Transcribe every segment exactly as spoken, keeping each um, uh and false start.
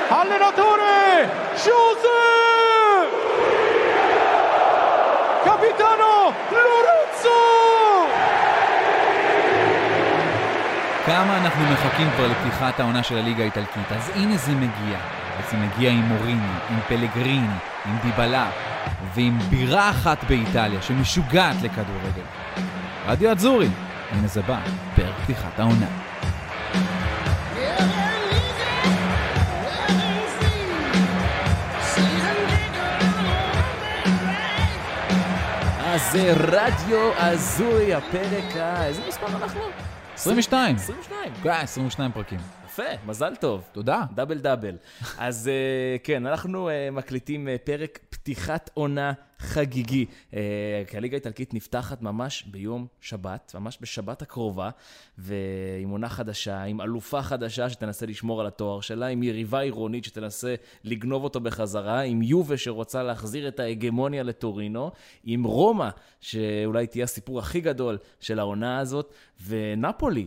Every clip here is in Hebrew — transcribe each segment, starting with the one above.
allenatore José capitano Lorenzo. כמה אנחנו מחכים כבר לפתיחת העונה של הליגה האיטלקית, אז הנה זה מגיע. אז זה מגיע עם מוריני, עם פלגריני, עם דיבלה, ועם בירה אחת באיטליה שמשוגעת לכדורגל. רדיו אזורי, הנה זה בא, פרק פתיחת העונה. אז זה רדיו אזורי, הפרק ה... איזה מספר אנחנו? עשרים ושתיים. עשרים ושתיים. כן, עשרים ושתיים פרקים. יפה, מזל טוב. תודה. דאבל דאבל. אז כן, אנחנו מקליטים פרק פתיחת עונה חגיגי. כי הליגה האיטלקית נפתחת ממש ביום שבת, ממש בשבת הקרובה, ועם עונה חדשה, עם אלופה חדשה שתנסה לשמור על התואר שלה, עם יריבה עירונית שתנסה לגנוב אותו בחזרה, עם יובה שרוצה להחזיר את ההגמוניה לטורינו, עם רומא, שאולי תהיה הסיפור הכי גדול של העונה הזאת, ונפולי,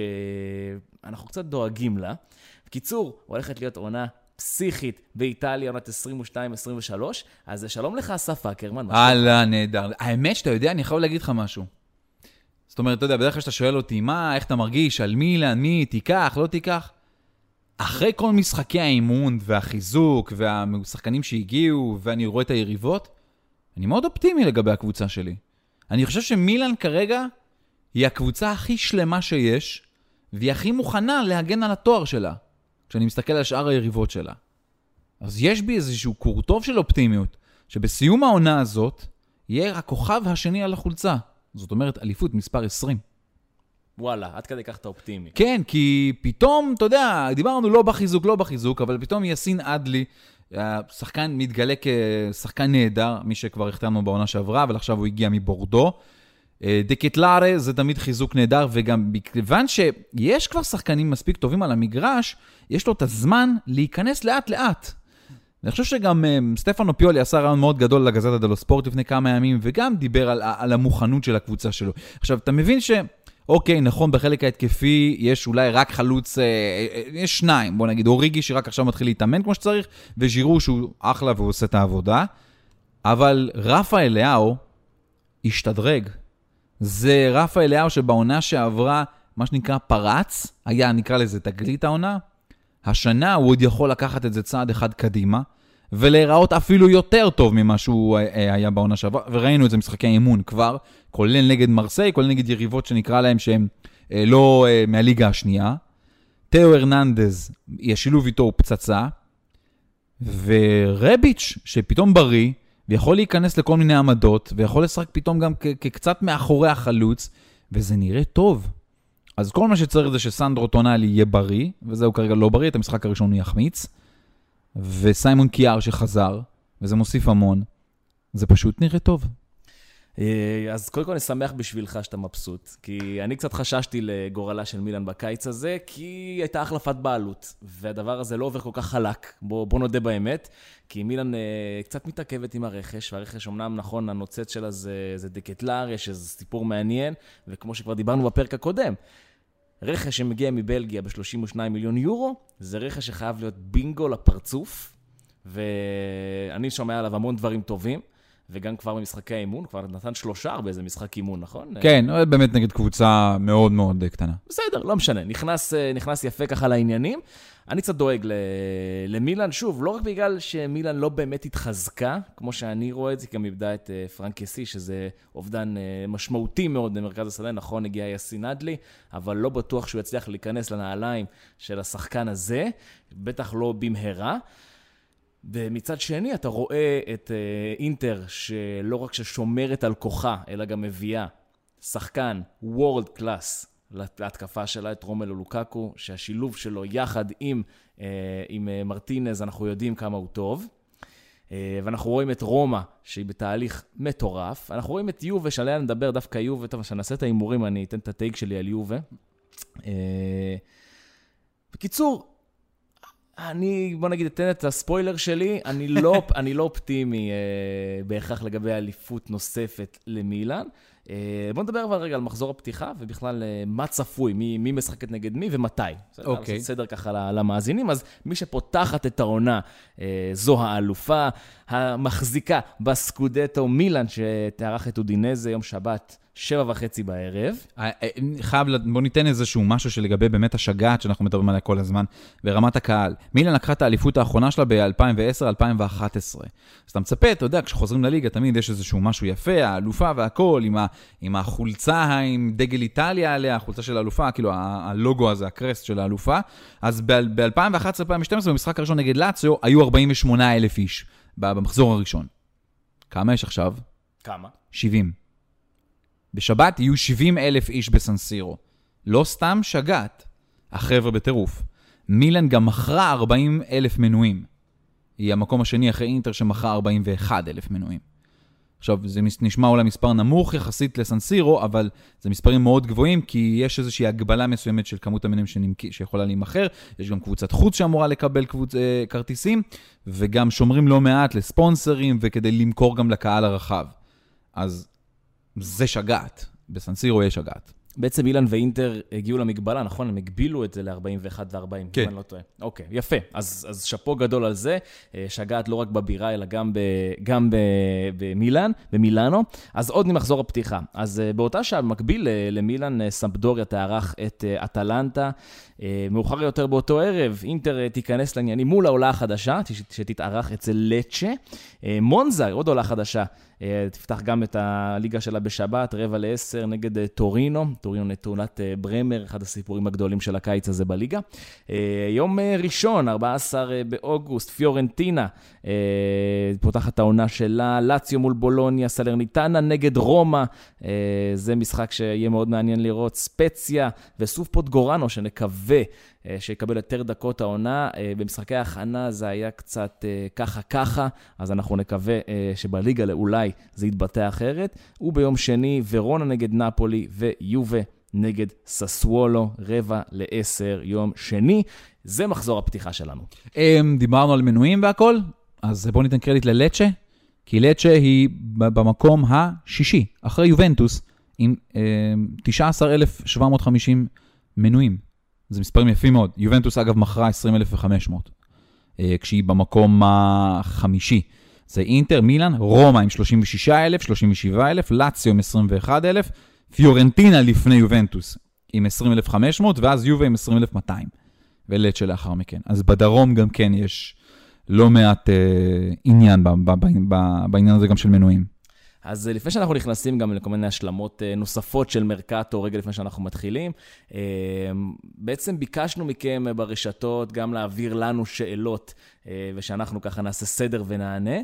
שאנחנו קצת דואגים לה. בקיצור, הולכת להיות עונה פסיכית באיטליה, עונת עשרים ושתיים עשרים ושלוש, אז שלום לך אסף אקרמן. הלאה, נהדר. האמת שאתה יודע, אני חייב להגיד לך משהו. זאת אומרת, אתה יודע, בדרך כלל שאתה שואל אותי, מה, איך אתה מרגיש, על מילאן, מי, תיקח, לא תיקח? אחרי כל משחקי האימון והחיזוק והשחקנים שהגיעו, ואני רואה את היריבות, אני מאוד אופטימי לגבי הקבוצה שלי. אני חושב שמילאן כרגע היא הקבוצה הכי שלמה שיש, והיא הכי מוכנה להגן על התואר שלה, כשאני מסתכל על שאר היריבות שלה. אז יש בי איזשהו קורטוב של אופטימיות, שבסיום העונה הזאת, יהיה הכוכב השני על החולצה. זאת אומרת, אליפות מספר עשרים. וואלה, עד כדי כך אתה אופטימי. כן, כי פתאום, אתה יודע, דיברנו לא בחיזוק, לא בחיזוק, אבל פתאום יסין אדלי, השחקן מתגלה כשחקן נהדר, מי שכבר הכתרנו בעונה שעברה, אבל עכשיו הוא הגיע מבורדו. דקטלארה זה תמיד חיזוק נהדר, וגם בכיוון שיש כבר שחקנים מספיק טובים על המגרש, יש לו את הזמן להיכנס לאט לאט. אני חושב שגם סטפנו פיולי עשה רעיון מאוד גדול לגזטה דלו ספורט לפני כמה ימים, וגם דיבר על, על המוכנות של הקבוצה שלו. עכשיו, אתה מבין ש... אוקיי, נכון, בחלק ההתקפי יש אולי רק חלוץ, יש שניים, בוא נגיד, אוריגי שרק עכשיו מתחיל להתאמן כמו שצריך, וז'ירו שהוא אחלה והוא עושה את העבודה, אבל רפאל ליאו השתדרג. זה רפאל ליאו שבעונה שעברה, מה שנקרא פרץ, היה נקרא לזה תגלית העונה, השנה הוא עוד יכול לקחת את זה צעד אחד קדימה, ולהיראות אפילו יותר טוב ממה שהוא היה בעונה שעברה, וראינו את זה משחקי אימון כבר, כולל נגד מרסיי, כולל נגד יריבות שנקרא להם שהם לא מהליגה השנייה. תאו הרננדז, השילוב איתו הוא פצצה, ורביץ' שפתאום בריא, ויכול להיכנס לכל מיני עמדות, ויכול לשחק פתאום גם כקצת מאחורי החלוץ, וזה נראה טוב. אז כל מה שצריך זה שסנדרו טונאלי יהיה בריא, וזהו כרגע לא בריא, את המשחק הראשון הוא יחמיץ, וסיימון קיאר שחזר, וזה מוסיף המון, זה פשוט נראה טוב. אז קודם כל אני שמח בשבילך שאתה מבסוט, כי אני קצת חששתי לגורלה של מילאן בקיץ הזה, כי הייתה החלפת בעלות, והדבר הזה לא עובר כל כך חלק, בוא, בוא נודה באמת, כי מילאן אה, קצת מתעכבת עם הרכש, והרכש אמנם נכון, הנוצץ שלה זה, זה דקטלארה, שזה סיפור מעניין, וכמו שכבר דיברנו בפרק הקודם, רכש שמגיע מבלגיה ב-שלושים ושניים מיליון יורו, זה רכש שחייב להיות בינגו לפרצוף, ואני שומע עליו המון דברים טובים, וגם כבר במשחקי האימון, כבר נתן שלושה באיזה משחק אימון, נכון? כן, באמת נגד קבוצה מאוד מאוד קטנה. בסדר, לא משנה, נכנס, נכנס יפה ככה לעניינים. אני קצת דואג למילאן, שוב, לא רק בגלל שמילאן לא באמת התחזקה, כמו שאני רואה את זה, גם איבדה את פרנק קסי, שזה אובדן משמעותי מאוד במרכז השדה, נכון, הגיע יסין אדלי, אבל לא בטוח שהוא יצליח להיכנס לנעליים של השחקן הזה, בטח לא במהרה. ומצד שני, אתה רואה את אינטר, שלא רק ששומרת על כוחה, אלא גם מביאה שחקן וורלד קלאס להתקפה שלה, את רומלו לוקאקו, שהשילוב שלו יחד עם, עם מרטינז, אנחנו יודעים כמה הוא טוב. ואנחנו רואים את רומא, שהיא בתהליך מטורף. אנחנו רואים את יובה, שעליה נדבר דווקא יובה, טוב, כשנעשה את האימורים, אני אתן את הטייק שלי על יובה. בקיצור, אני, בוא נגיד, אתן את הספוילר שלי, אני לא, אני לא אופטימי אה, בהכרח לגבי אליפות נוספת למילאן. בוא נדבר אבל רגע על מחזור הפתיחה, ובכלל מה צפוי, מי, מי משחקת נגד מי ומתי. אוקיי. סדר ככה למאזינים, אז מי שפותחת את העונה, זו האלופה, המחזיקה בסקודטו מילאן, שתארח את אודינזה יום שבת, שבע וחצי בערב. חייב, בוא ניתן איזשהו משהו שלגבי באמת השגעת שאנחנו מדברים עליה כל הזמן, ברמת הקהל. מילאן לקחה את האליפות האחרונה שלה ב-אלפיים ועשר אלפיים ואחת עשרה. אז אתה מצפה, אתה יודע, כשחוזרים לליגה, תמיד יש איזשהו משהו יפה, האלופה והכל, עם, ה, עם החולצה, עם דגל איטליה עליה, החולצה של האלופה, כאילו הלוגו הזה, הקרסט של האלופה. אז ב-אלפיים ואחת עשרה אלפיים ושתים עשרה, במשחק הראשון נגד לאציו, היו ארבעים ושמונה אלף איש במחזור הראשון. כמה יש עכשיו? כמה? שבעים. בשבת יהיו שבעים אלף איש בסנסירו. לא סתם שגעת. החבר'ה בטירוף. מילאן גם מכרה ארבעים אלף מנויים. היא המקום השני אחרי אינטר שמכרה ארבעים ואחד אלף מנויים. עכשיו, זה נשמע אולי מספר נמוך יחסית לסנסירו, אבל זה מספרים מאוד גבוהים, כי יש איזושהי הגבלה מסוימת של כמות המנויים שנמק... שיכולה להימחר. יש גם קבוצת חוץ שאמורה לקבל קבוצ... אה, כרטיסים, וגם שומרים לא מעט לספונסרים, וכדי למכור גם לקהל הרחב. אז זה שגעת. בסנסירו יש שגעת. בעצם אילן ואינטר הגיעו למגבלה, נכון? הם הגבילו את זה ל-ארבעים ואחת ו-ארבעים. כן. אני לא טועה. אוקיי, יפה. אז, אז שפו גדול על זה. שגעת לא רק בבירה, אלא גם, ב, גם ב, במילאן, במילאנו. אז עוד ממחזור הפתיחה. אז באותה שעה, במקביל למילאן, סמפדוריה תארח את אטלנטה. מאוחר יותר באותו ערב, אינטר תיכנס לעניינים מול העולה החדשה, שתתארח אצל לצ'ה. מונזה, עוד עולה חדשה, תפתח גם את הליגה שלה בשבת, רבע לעשר נגד טורינו. טורינו נטולת ברמר, אחד הסיפורים הגדולים של הקיץ הזה בליגה. יום ראשון, ארבעה עשר באוגוסט, פיורנטינה, פותחת העונה שלה, לאציו מול בולוניה, סלרניטנה נגד רומא, זה משחק שיהיה מאוד מעניין לראות, ספציה וסוף פוטגורנו, שנקווה שיקבל יותר דקות העונה. במשחקי ההכנה זה היה קצת ככה ככה, אז אנחנו נקווה שבליגה אולי זה יתבטא אחרת. וביום שני, ורונה נגד נפולי ויובה נגד ססוולו, רבע לעשר יום שני. זה מחזור הפתיחה שלנו. דיברנו על מנויים והכל, אז בואו ניתן קרדיט ללצ'ה, כי לצ'ה היא במקום השישי, אחרי יובנטוס, עם תשעה עשר אלף שבע מאות וחמישים מנויים. זה מספרים יפים מאוד. יובנטוס אגב מכרה עשרים אלף וחמש מאות, כשהיא במקום החמישי. זה אינטר, מילאן, רומא עם שלושים ושישה אלף, שלושים ושבעה אלף, לאציו עם עשרים ואחד אלף, פיורנטינה לפני יובנטוס עם עשרים אלף וחמש מאות, ואז יובה עם עשרים אלף ומאתיים, ולצ'ה לאחר מכן. אז בדרום גם כן יש לא מעט אה, עניין ב- ב- ב- ב- בעניין הזה גם של מנויים. אז לפני שאנחנו נכנסים גם לכל מיני השלמות נוספות של מרקטו, רגע לפני שאנחנו מתחילים, בעצם ביקשנו מכם ברשתות גם להעביר לנו שאלות, ושאנחנו ככה נעשה סדר ונענה.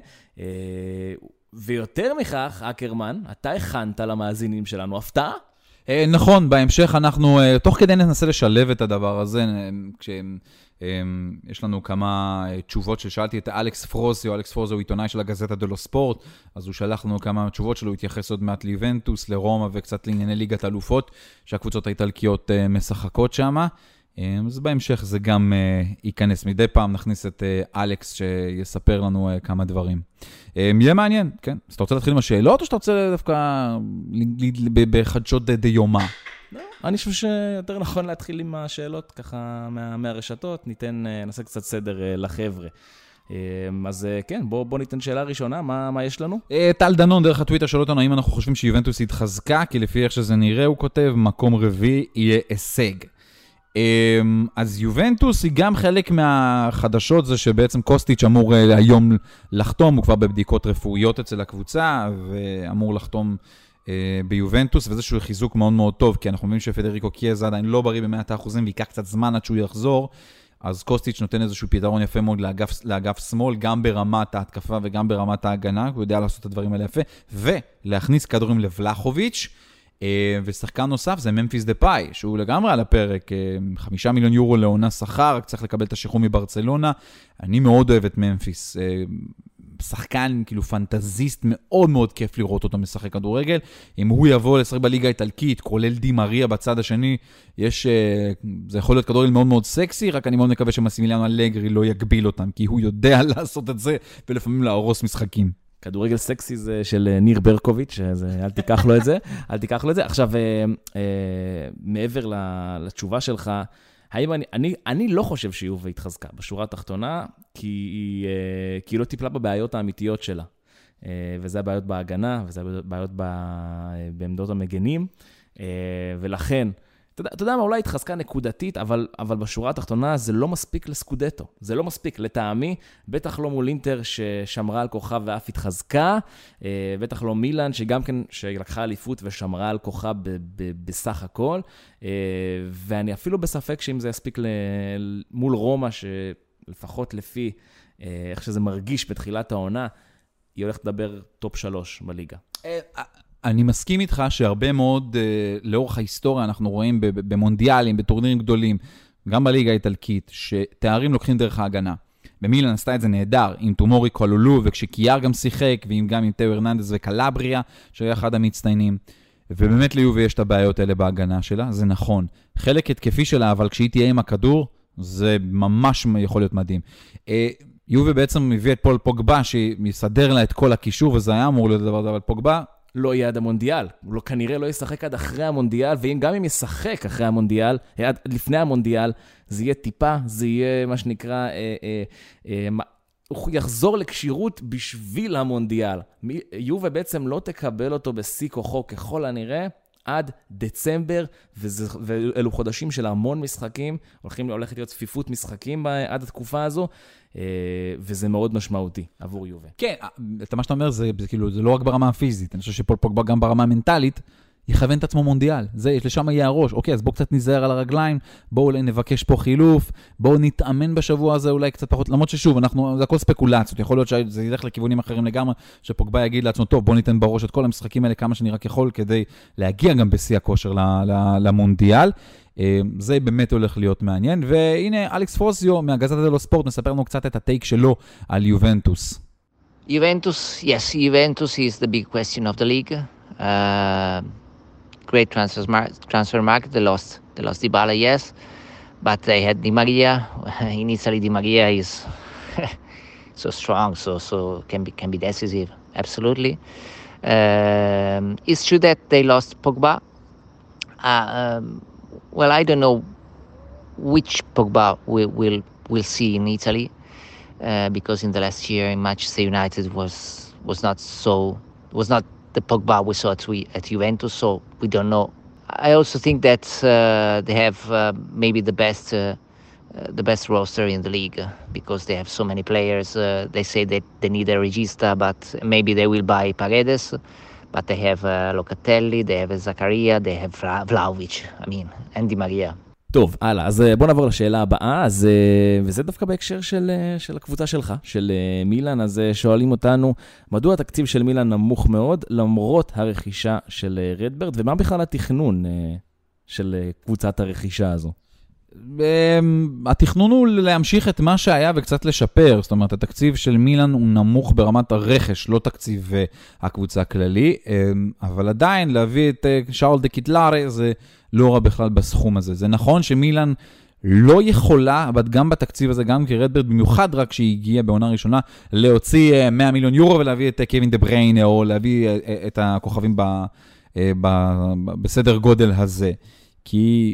ויותר מכך, אקרמן, אתה הכנת למאזינים שלנו הפתעה? נכון, בהמשך אנחנו, תוך כדי ננסה לשלב את הדבר הזה, כשהם... יש לנו כמה תשובות ששאלתי את אלכס פרוזיו, אלכס פרוזיו הוא עיתונאי של הגזטה דלו ספורט, אז הוא שלח לנו כמה תשובות שלו, הוא התייחס עוד מעט ליובנטוס, לרומא וקצת לענייני ליגת אלופות, שהקבוצות האיטלקיות משחקות שם. אז בהמשך זה גם ייכנס. מדי פעם נכניס את אלכס שיספר לנו כמה דברים. יהיה מעניין, כן? אז אתה רוצה להתחיל עם השאלות, או שאתה רוצה דווקא בחדשות דיומה? לא, אני חושב שיותר נכון להתחיל עם השאלות ככה מה, מהרשתות, ניתן, נעשה קצת סדר לחבר'ה. אז כן, בוא, בוא ניתן שאלה ראשונה, מה, מה יש לנו? טל דנון דרך הטוויטר שאל אותנו, האם אנחנו חושבים שיובנטוס התחזקה, כי לפי איך שזה נראה, הוא כותב, מקום רביעי יהיה הישג. אז יובנטוס היא גם חלק מהחדשות, זה שבעצם קוסטיץ' אמור היום לחתום, הוא כבר בבדיקות רפואיות אצל הקבוצה, ואמור לחתום ביובנטוס, וזה שהוא חיזוק מאוד מאוד טוב, כי אנחנו מבינים שפדריקו קיאזה עדיין לא בריא ב-מאה אחוז, ויקח קצת זמן עד שהוא יחזור, אז קוסטיץ' נותן איזשהו פתרון יפה מאוד לאגף, לאגף שמאל, גם ברמת ההתקפה וגם ברמת ההגנה, הוא יודע לעשות את הדברים האלה יפה, ולהכניס כדורים לבלחוביץ', ושחקן נוסף זה ממפיס דפאי, שהוא לגמרי על הפרק, חמישה מיליון יורו לעונה שכר, רק צריך לקבל את השחרור מברצלונה. אני מאוד אוהב את ממפיס, שחקן כאילו פנטזיסט, מאוד מאוד כיף לראות אותו משחק כדורגל. אם הוא יבוא לשחק בליגה האיטלקית, כולל די מריה בצד השני, יש, זה יכול להיות כדורגל מאוד מאוד סקסי, רק אני מאוד מקווה שמסימיליאנו אלגרי לא יגביל אותם, כי הוא יודע לעשות את זה, ולפעמים להרוס משחקים. כדורגל סקסי זה של ניר ברקוביץ', אל תיקח לו את זה, אל תיקח לו את זה. עכשיו, מעבר לתשובה שלך, האם אני, אני, אני לא חושב שיובה התחזקה בשורה התחתונה, כי היא, כי היא לא טיפלה בבעיות האמיתיות שלה. וזה הבעיות בהגנה, וזה הבעיות בעמדות המגנים, ולכן, אתה יודע, אתה יודע מה, אולי התחזקה נקודתית, אבל, אבל בשורה התחתונה זה לא מספיק לסקודטו. זה לא מספיק, לטעמי, בטח לא מול אינטר ששמרה על כוחה ואף התחזקה, בטח לא מילאן שגם כן, שלקחה אליפות ושמרה על כוחה ב- ב- בסך הכל, ואני אפילו בספק שאם זה יספיק ל- מול רומא, שלפחות לפי איך שזה מרגיש בתחילת העונה, היא הולכת לדבר טופ שלוש בליגה. אני מסכים איתך שהרבה מאוד, לאורך ההיסטוריה, אנחנו רואים במונדיאלים, בטורנירים גדולים, גם בליגה האיטלקית, שתארים לוקחים דרך ההגנה. במילאן עשתה את זה נהדר, עם תומורי קולולו, וכשקייר גם שיחק, וגם עם תאו הרננדס וקלבריה, שהיה אחד המצטיינים. ובאמת ליובה יש את הבעיות האלה בהגנה שלה, זה נכון. חלק התקפי שלה, אבל כשהיא תהיה עם הכדור, זה ממש יכול להיות מדהים. יובה בעצם מביא את פול פוגבה, שיסדר לה את כל הקישור, וזה היה אמור להיות דבר, אבל פוגבה לא יהיה עד המונדיאל, הוא לא, כנראה לא ישחק עד אחרי המונדיאל, וגם אם ישחק אחרי המונדיאל, עד לפני המונדיאל, זה יהיה טיפה, זה יהיה מה שנקרא, אה, אה, אה, הוא יחזור לקשירות בשביל המונדיאל. יובה בעצם לא תקבל אותו בשיא כוחו ככל הנראה, עד דצמבר, וזה, ואלו חודשים של המון משחקים, הולכים, הולכת להיות צפיפות משחקים עד התקופה הזו, וזה מאוד משמעותי עבור יובה. כן, את מה שאתה אומר, זה, זה, כאילו, זה לא רק ברמה הפיזית, אני חושב שפול פוגבה גם ברמה המנטלית, יכוון את עצמו מונדיאל. זה, יש לשם יהיה הראש. אוקיי, אז בואו קצת נזהר על הרגליים, בואו אולי נבקש פה חילוף, בואו נתאמן בשבוע הזה אולי קצת פחות, למרות ששוב, אנחנו, זה הכל ספקולציות, יכול להיות שזה ילך לכיוונים אחרים לגמרי, שפוגבה יגיד לעצמו, טוב, בואו ניתן בראש את כל המשחקים האלה כמה שאני רק יכול, כדי להגיע גם בשיא הכושר למונדיאל. זה באמת הולך להיות מעניין. והנה, אלכס פרוסיו מהגזטה דלו ספורט מספר לנו קצת את הטייק שלו על יובנטוס. Juventus, yes, Juventus is the big question of the league. Uh, great transfer mar- transfer market. They lost, they lost Dybala, yes, but they had Di Maria. In Italy, Di Maria is so strong, so so can be can be decisive. Absolutely. Um, it's true that they lost Pogba. Uh, um, well, I don't know which Pogba we will will see in Italy. Uh, because in the last year in Manchester United was was not so was not the Pogba we saw at, we, at Juventus, so we don't know. I also think that uh, they have uh, maybe the best uh, uh, the best roster in the league uh, because they have so many players. Uh, they say that they need a regista, but maybe they will buy Paredes. But they have uh, Locatelli, they have Zakaria, they have Vla- Vlahovic, I mean, and Di Maria. טוב, הלאה, אז בוא נעבור לשאלה הבאה, אז, וזה דווקא בהקשר של, של הקבוצה שלך, של מילאן, אז שואלים אותנו, מדוע התקציב של מילאן נמוך מאוד, למרות הרכישה של רדברד, ומה בכלל התכנון של קבוצת הרכישה הזו? התכנון הוא להמשיך את מה שהיה וקצת לשפר, זאת אומרת, התקציב של מילאן הוא נמוך ברמת הרכש, לא תקציב הקבוצה הכללי, אבל עדיין להביא את שאול דה קיטלארה זה לא רע בכלל בסכום הזה. זה נכון שמילאן לא יכולה, אבל גם בתקציב הזה, גם כרדברד, במיוחד רק שהיא הגיעה בעונה ראשונה, להוציא מאה מיליון יורו ולהביא את קווין דה בריינה, או להביא את הכוכבים ב, ב, בסדר גודל הזה. כי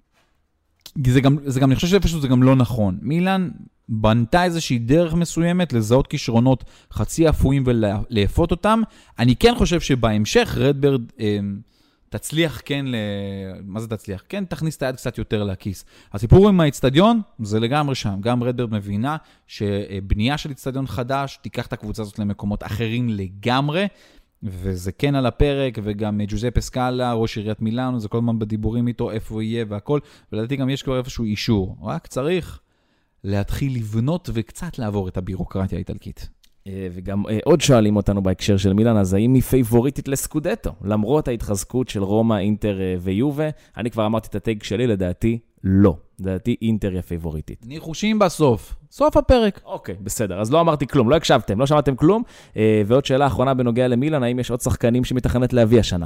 זה גם, זה גם, אני חושב שפשוט זה גם לא נכון. מילאן בנתה איזושהי דרך מסוימת לזהות כישרונות חצי אפויים ולאפות אותם. אני כן חושב שבהמשך רדברד אה, תצליח כן, ל... מה זה תצליח? כן, תכניס את היד קצת יותר לכיס. הסיפור עם האצטדיון זה לגמרי שם. גם רדברד מבינה שבנייה של אצטדיון חדש תיקח את הקבוצה הזאת למקומות אחרים לגמרי, וזה כן על הפרק, וגם ג'וזפה סקאלה, ראש עיריית מילאנו, זה כל הזמן בדיבורים איתו, איפה הוא יהיה והכל, ולדעתי גם יש כבר איפשהו אישור. רק צריך להתחיל לבנות וקצת לעבור את הבירוקרטיה האיטלקית. וגם עוד שואלים אותנו בהקשר של מילאן, אז האם היא פייבוריטית לסקודטו? למרות ההתחזקות של רומא, אינטר ויובה, אני כבר אמרתי את הטייק שלי, לדעתי לא. לדעתי אינטר היא פייבוריטית. ניחושים בסוף. סוף הפרק. אוקיי, בסדר. אז לא אמרתי כלום, לא הקשבתם, לא שמעתם כלום. ועוד שאלה אחרונה בנוגע למילאן, האם יש עוד שחקנים שמתכנת להביא השנה?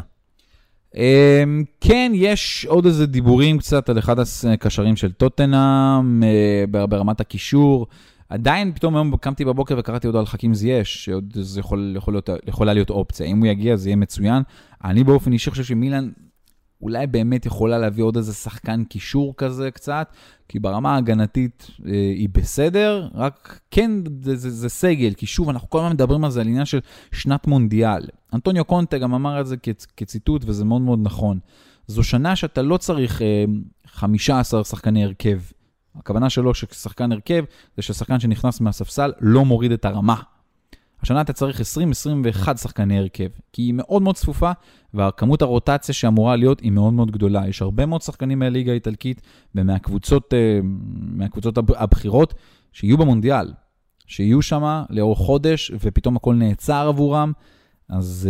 כן, יש עוד איזה דיבורים קצת על אחד הקשרים של טוטנהאם, ברמת הקישור, עדיין פתאום היום קמתי בבוקר וקראתי עוד על חכים זייש, שעוד זה יכול, יכול להיות, יכולה להיות אופציה. אם הוא יגיע, זה יהיה מצוין. אני באופן אישי חושב שמילאן אולי באמת יכולה להביא עוד איזה שחקן קישור כזה קצת, כי ברמה ההגנתית אה, היא בסדר, רק כן זה, זה, זה סגל, כי שוב, אנחנו כל הזמן מדברים על זה, על עניין של שנת מונדיאל. אנטוניו קונטה גם אמר את זה כ- כציטוט, וזה מאוד מאוד נכון. זו שנה שאתה לא צריך אה, חמישה עשר שחקני הרכב. הכוונה שלו ששחקן הרכב, זה ששחקן שנכנס מהספסל לא מוריד את הרמה. השנה אתה צריך עשרים עשרים ואחת שחקני הרכב, כי היא מאוד מאוד צפופה, והכמות הרוטציה שאמורה להיות היא מאוד מאוד גדולה. יש הרבה מאוד שחקנים מהליגה האיטלקית, ומהקבוצות מהקבוצות הבחירות, שיהיו במונדיאל, שיהיו שם לאורך חודש, ופתאום הכל נעצר עבורם, אז,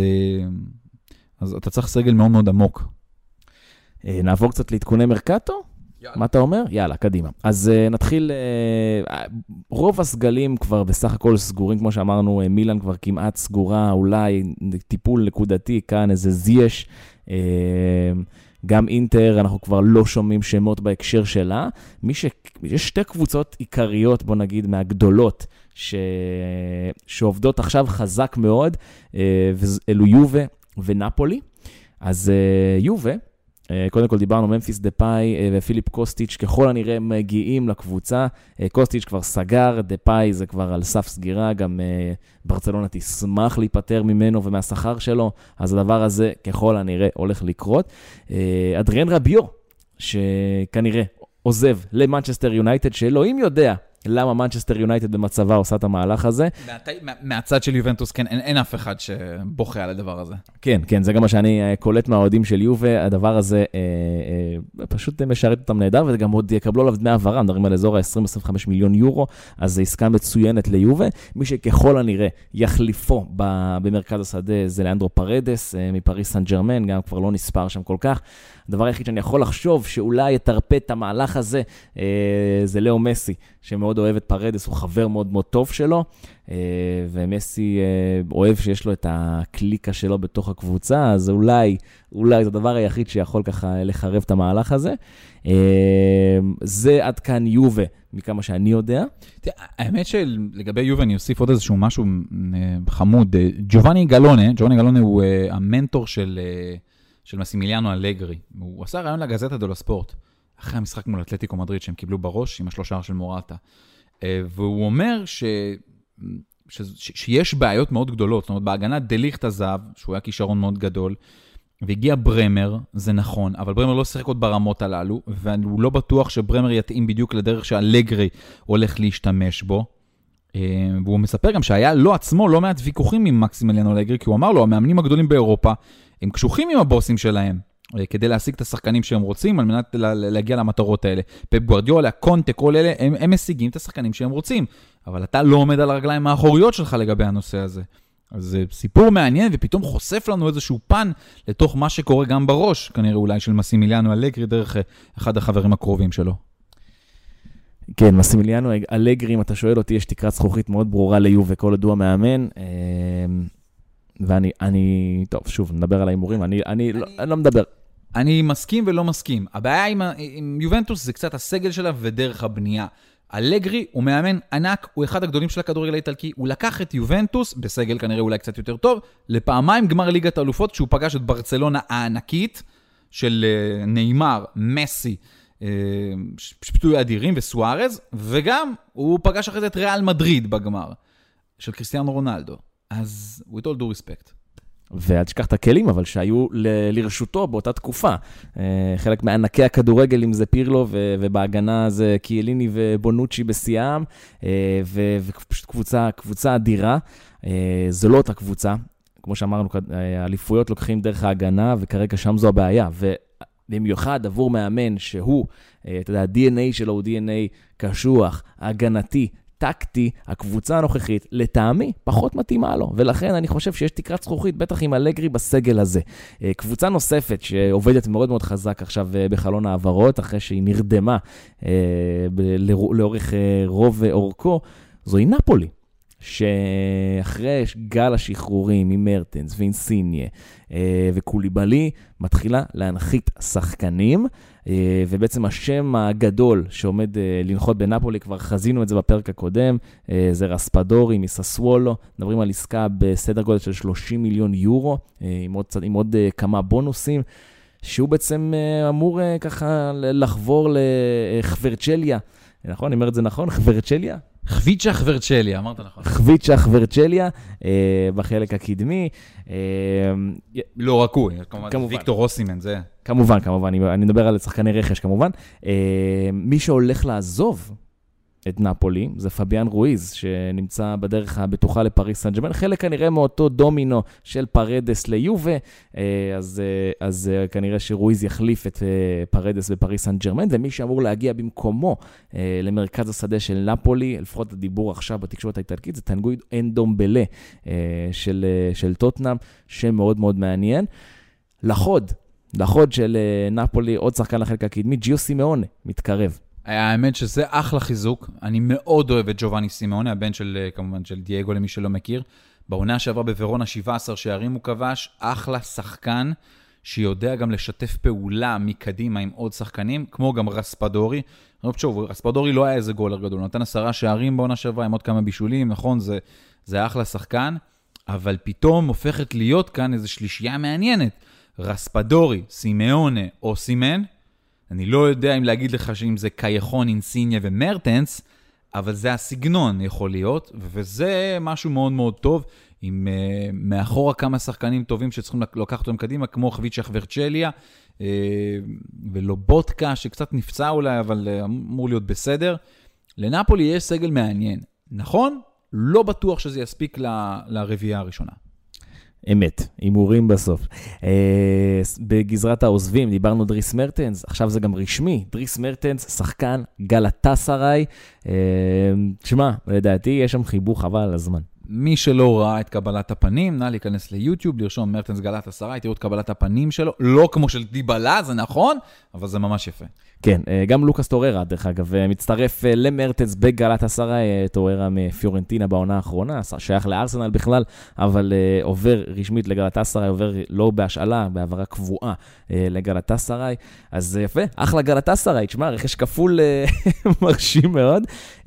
אז אתה צריך סגל מאוד מאוד עמוק. נעבור קצת להתכוני מרקטו? מה אתה אומר? יאללה, קדימה. אז uh, נתחיל, uh, רוב הסגלים כבר בסך הכל סגורים, כמו שאמרנו, uh, מילאן כבר כמעט סגורה, אולי טיפול נקודתי, כאן איזה זייש, uh, גם אינטר, אנחנו כבר לא שומעים שמות בהקשר שלה. מי ש... יש שתי קבוצות עיקריות, בוא נגיד, מהגדולות, ש... שעובדות עכשיו חזק מאוד, uh, ואלו יובה ונפולי. אז uh, יובה, קודם כל דיברנו, ממפיס דפאי ופיליפ קוסטיץ' ככל הנראה מגיעים לקבוצה. קוסטיץ' כבר סגר, דפאי זה כבר על סף סגירה, גם ברצלונה תשמח להיפטר ממנו ומהשכר שלו, אז הדבר הזה ככל הנראה הולך לקרות. אדריאן רביו, שכנראה עוזב למנצ'סטר יונייטד, שאלוהים יודע למה מנצ'סטר יונייטד במצבה עושה את המהלך הזה. מהצד של יובנטוס, כן, אין, אין אף אחד שבוכה על הדבר הזה. כן, כן, זה גם מה שאני קולט מהאוהדים של יובה, הדבר הזה אה, אה, פשוט משרת אותם נהדר, וגם עוד יקבלו עליו דמי העברה, מדברים על אזור ה-עשרים עד עשרים וחמישה מיליון יורו, אז זה עסקה מצוינת ליובה. מי שככל הנראה יחליפו במרכז השדה זה לאנדרו פרדס, אה, מפריס סן ג'רמן, גם כבר לא נספר שם כל כך. הדבר היחיד שאני יכול לחשוב שאולי יתרפא את המהלך הזה, אה, זה לאו מסי, שמאוד אוהב את פרדס, הוא חבר מאוד מאוד טוב שלו, אה, ומסי אה, אוהב שיש לו את הקליקה שלו בתוך הקבוצה, אז אולי, אולי זה הדבר היחיד שיכול ככה לחרב את המהלך הזה. אה, זה עד כאן יובה, מכמה שאני יודע. האמת שלגבי יובה אני אוסיף עוד איזשהו משהו חמוד. ג'ובאני גלונה, ג'ובאני גלונה הוא המנטור של... של מסימיליאנו אלגרי. הוא עשה רעיון לגזטה דו לספורט, אחרי המשחק מול אתלטיקו מדריד, שהם קיבלו בראש עם השלושה של מורטה. והוא אומר ש... ש... ש... שיש בעיות מאוד גדולות, זאת אומרת, בהגנה דליכט עזב, שהוא היה כישרון מאוד גדול, והגיע ברמר, זה נכון, אבל ברמר לא שיחק עוד ברמות הללו, והוא לא בטוח שברמר יתאים בדיוק לדרך שאלגרי הולך להשתמש בו. והוא מספר גם שהיה לא עצמו, לא מעט ויכוחים עם מקסימיליאנו אלגרי, כי הוא אמר לו, המאמנים הגדולים באירופה, הם קשוחים עם הבוסים שלהם, כדי להשיג את השחקנים שהם רוצים, על מנת להגיע למטרות האלה. פפ גוארדיולה, קונטה, כל אלה, הם, הם משיגים את השחקנים שהם רוצים, אבל אתה לא עומד על הרגליים האחוריות שלך לגבי הנושא הזה. אז זה סיפור מעניין, ופתאום חושף לנו איזשהו פן לתוך מה שקורה גם בראש, כנראה אולי של מסימיליאנו אלגרי, דרך אחד החברים הקרובים שלו. כן, מסימיליאנו אלגרי, אם אתה שואל אותי, יש תקרת זכוכית מאוד ברורה ליובה, כל הדוע מאמן, ואני, אני, טוב, שוב, נדבר על האימורים, אני, אני, אני, לא, אני לא מדבר. אני מסכים ולא מסכים. הבעיה עם, עם יובנטוס זה קצת הסגל שלה ודרך הבנייה. אלגרי הוא מאמן ענק, הוא אחד הגדולים של הכדורגל האיטלקי, הוא לקח את יובנטוס, בסגל כנראה אולי קצת יותר טוב, לפעמיים גמר ליגת האלופות, כשהוא פגש את ברצלונה הענקית, של ניימר, מסי, שפטוי אדירים וסוארז, וגם הוא פגש אחרי זה את ריאל מדריד בגמר, של קריסטיאנו רונלדו. אז with all due respect. ואל תשכח את הכלים, אבל שהיו ל- לרשותו באותה תקופה. חלק מענקי הכדורגל, אם זה פירלו, ו- ובהגנה זה קיאליני ובונוצ'י בשיאם, ו- ופשוט קבוצה, קבוצה אדירה. זו לא אותה קבוצה. כמו שאמרנו, האליפויות לוקחים דרך ההגנה, וכרגע שם זו הבעיה. ובמיוחד עבור מאמן שהוא, אתה יודע, ה-די אן איי שלו הוא די אן איי קשוח, הגנתי, טקטי, הקבוצה הנוכחית, לטעמי, פחות מתאימה לו, ולכן אני חושב שיש תקרת זכוכית, בטח עם אלגרי בסגל הזה. קבוצה נוספת שעובדת מאוד מאוד חזק עכשיו בחלון העברות, אחרי שהיא נרדמה לאורך רוב אורכו, זוהי נפולי, שאחרי גל השחרורים עם מרטנס ואינסיניה וקוליבאלי, מתחילה להנחית שחקנים, ובעצם השם הגדול שעומד לנחות בנפולי, כבר חזינו את זה בפרק הקודם, זה רספדורי מססוולו, מדברים על עסקה בסדר גודל של שלושים מיליון יורו, עם עוד, עם עוד כמה בונוסים, שהוא בעצם אמור ככה לחבור לחברצ'ליה, נכון? אני אומר את זה נכון? חברצ'ליה? חביצ'ה חברצ'ליה, אמרת נכון. חביצ'ה חברצ'ליה, בחלק הקדמי. לא רק הוא, כמובן, ויקטור אוסימן, זה... כמובן, כמובן, אני מדבר על שחקני רכש, כמובן. מי שהולך לעזוב את נפולי, זה פביאן רויז, שנמצא בדרך הבטוחה לפריס סן ז'רמן, חלק כנראה מאותו דומינו של פרדס ליובה, אז, אז כנראה שרויז יחליף את פרדס בפריס סן ז'רמן, ומי שאמור להגיע במקומו למרכז השדה של נפולי, לפחות הדיבור עכשיו בתקשורת האיטלקית, זה טנגוי אנדומבלה של, של טוטנאם, שמאוד מאוד מעניין. לחוד, לחוד של נפולי, עוד שחקן לחלק הקדמי, ג'יו סימאונה, מתקרב. האמת שזה אחלה חיזוק, אני מאוד אוהב את ג'ובאני סימאונה, הבן של, כמובן, של דייגו למי שלא מכיר, בעונה שעברה בוורונה שבעה עשר שערים הוא כבש, אחלה שחקן, שיודע גם לשתף פעולה מקדימה עם עוד שחקנים, כמו גם רספדורי, שוב, רספדורי לא היה איזה גולר גדול, נתן עשרה שערים בעונה שעברה עם עוד כמה בישולים, נכון, זה, זה אחלה שחקן, אבל פתאום הופכת להיות כאן איזו שלישייה מעניינת, רספדורי, סימאונה או סימן, אני לא יודע אם להגיד לך שאם זה קייחון, אינסיניה ומרטנס, אבל זה הסגנון יכול להיות, וזה משהו מאוד מאוד טוב, עם uh, מאחורה כמה שחקנים טובים שצריכים לקחת אותם קדימה, כמו חביצ'ה חברצ'ליה, uh, ולובוטקה שקצת נפצע אולי, אבל uh, אמור להיות בסדר. לנפולי יש סגל מעניין. נכון? לא בטוח שזה יספיק ל- לרביעייה הראשונה. אמת, הימורים בסוף. אה, בגזרת העוזבים דיברנו דריס מרטנס, עכשיו זה גם רשמי, דריס מרטנס, שחקן גלאטסראי. אה, תשמע, לדעתי יש שם חיבור חבל על הזמן. מי שלא ראה את קבלת הפנים, נא להיכנס ליוטיוב, לרשום מרטנס גלאטסראי, תראו את קבלת הפנים שלו, לא כמו של דיבלה, זה נכון, אבל זה ממש יפה. כן, גם לוקאס טוררה, דרך אגב, מצטרף למרטנס בגלאטסראי, טוררה מפיורנטינה בעונה האחרונה, שייך לארסנל בכלל, אבל עובר רשמית לגלאטסראי, עובר לא בהשאלה, בעברה קבועה לגלאטסראי, אז יפה, אחלה גלאטסראי, תשמע, רכש כפול מרשים מאוד.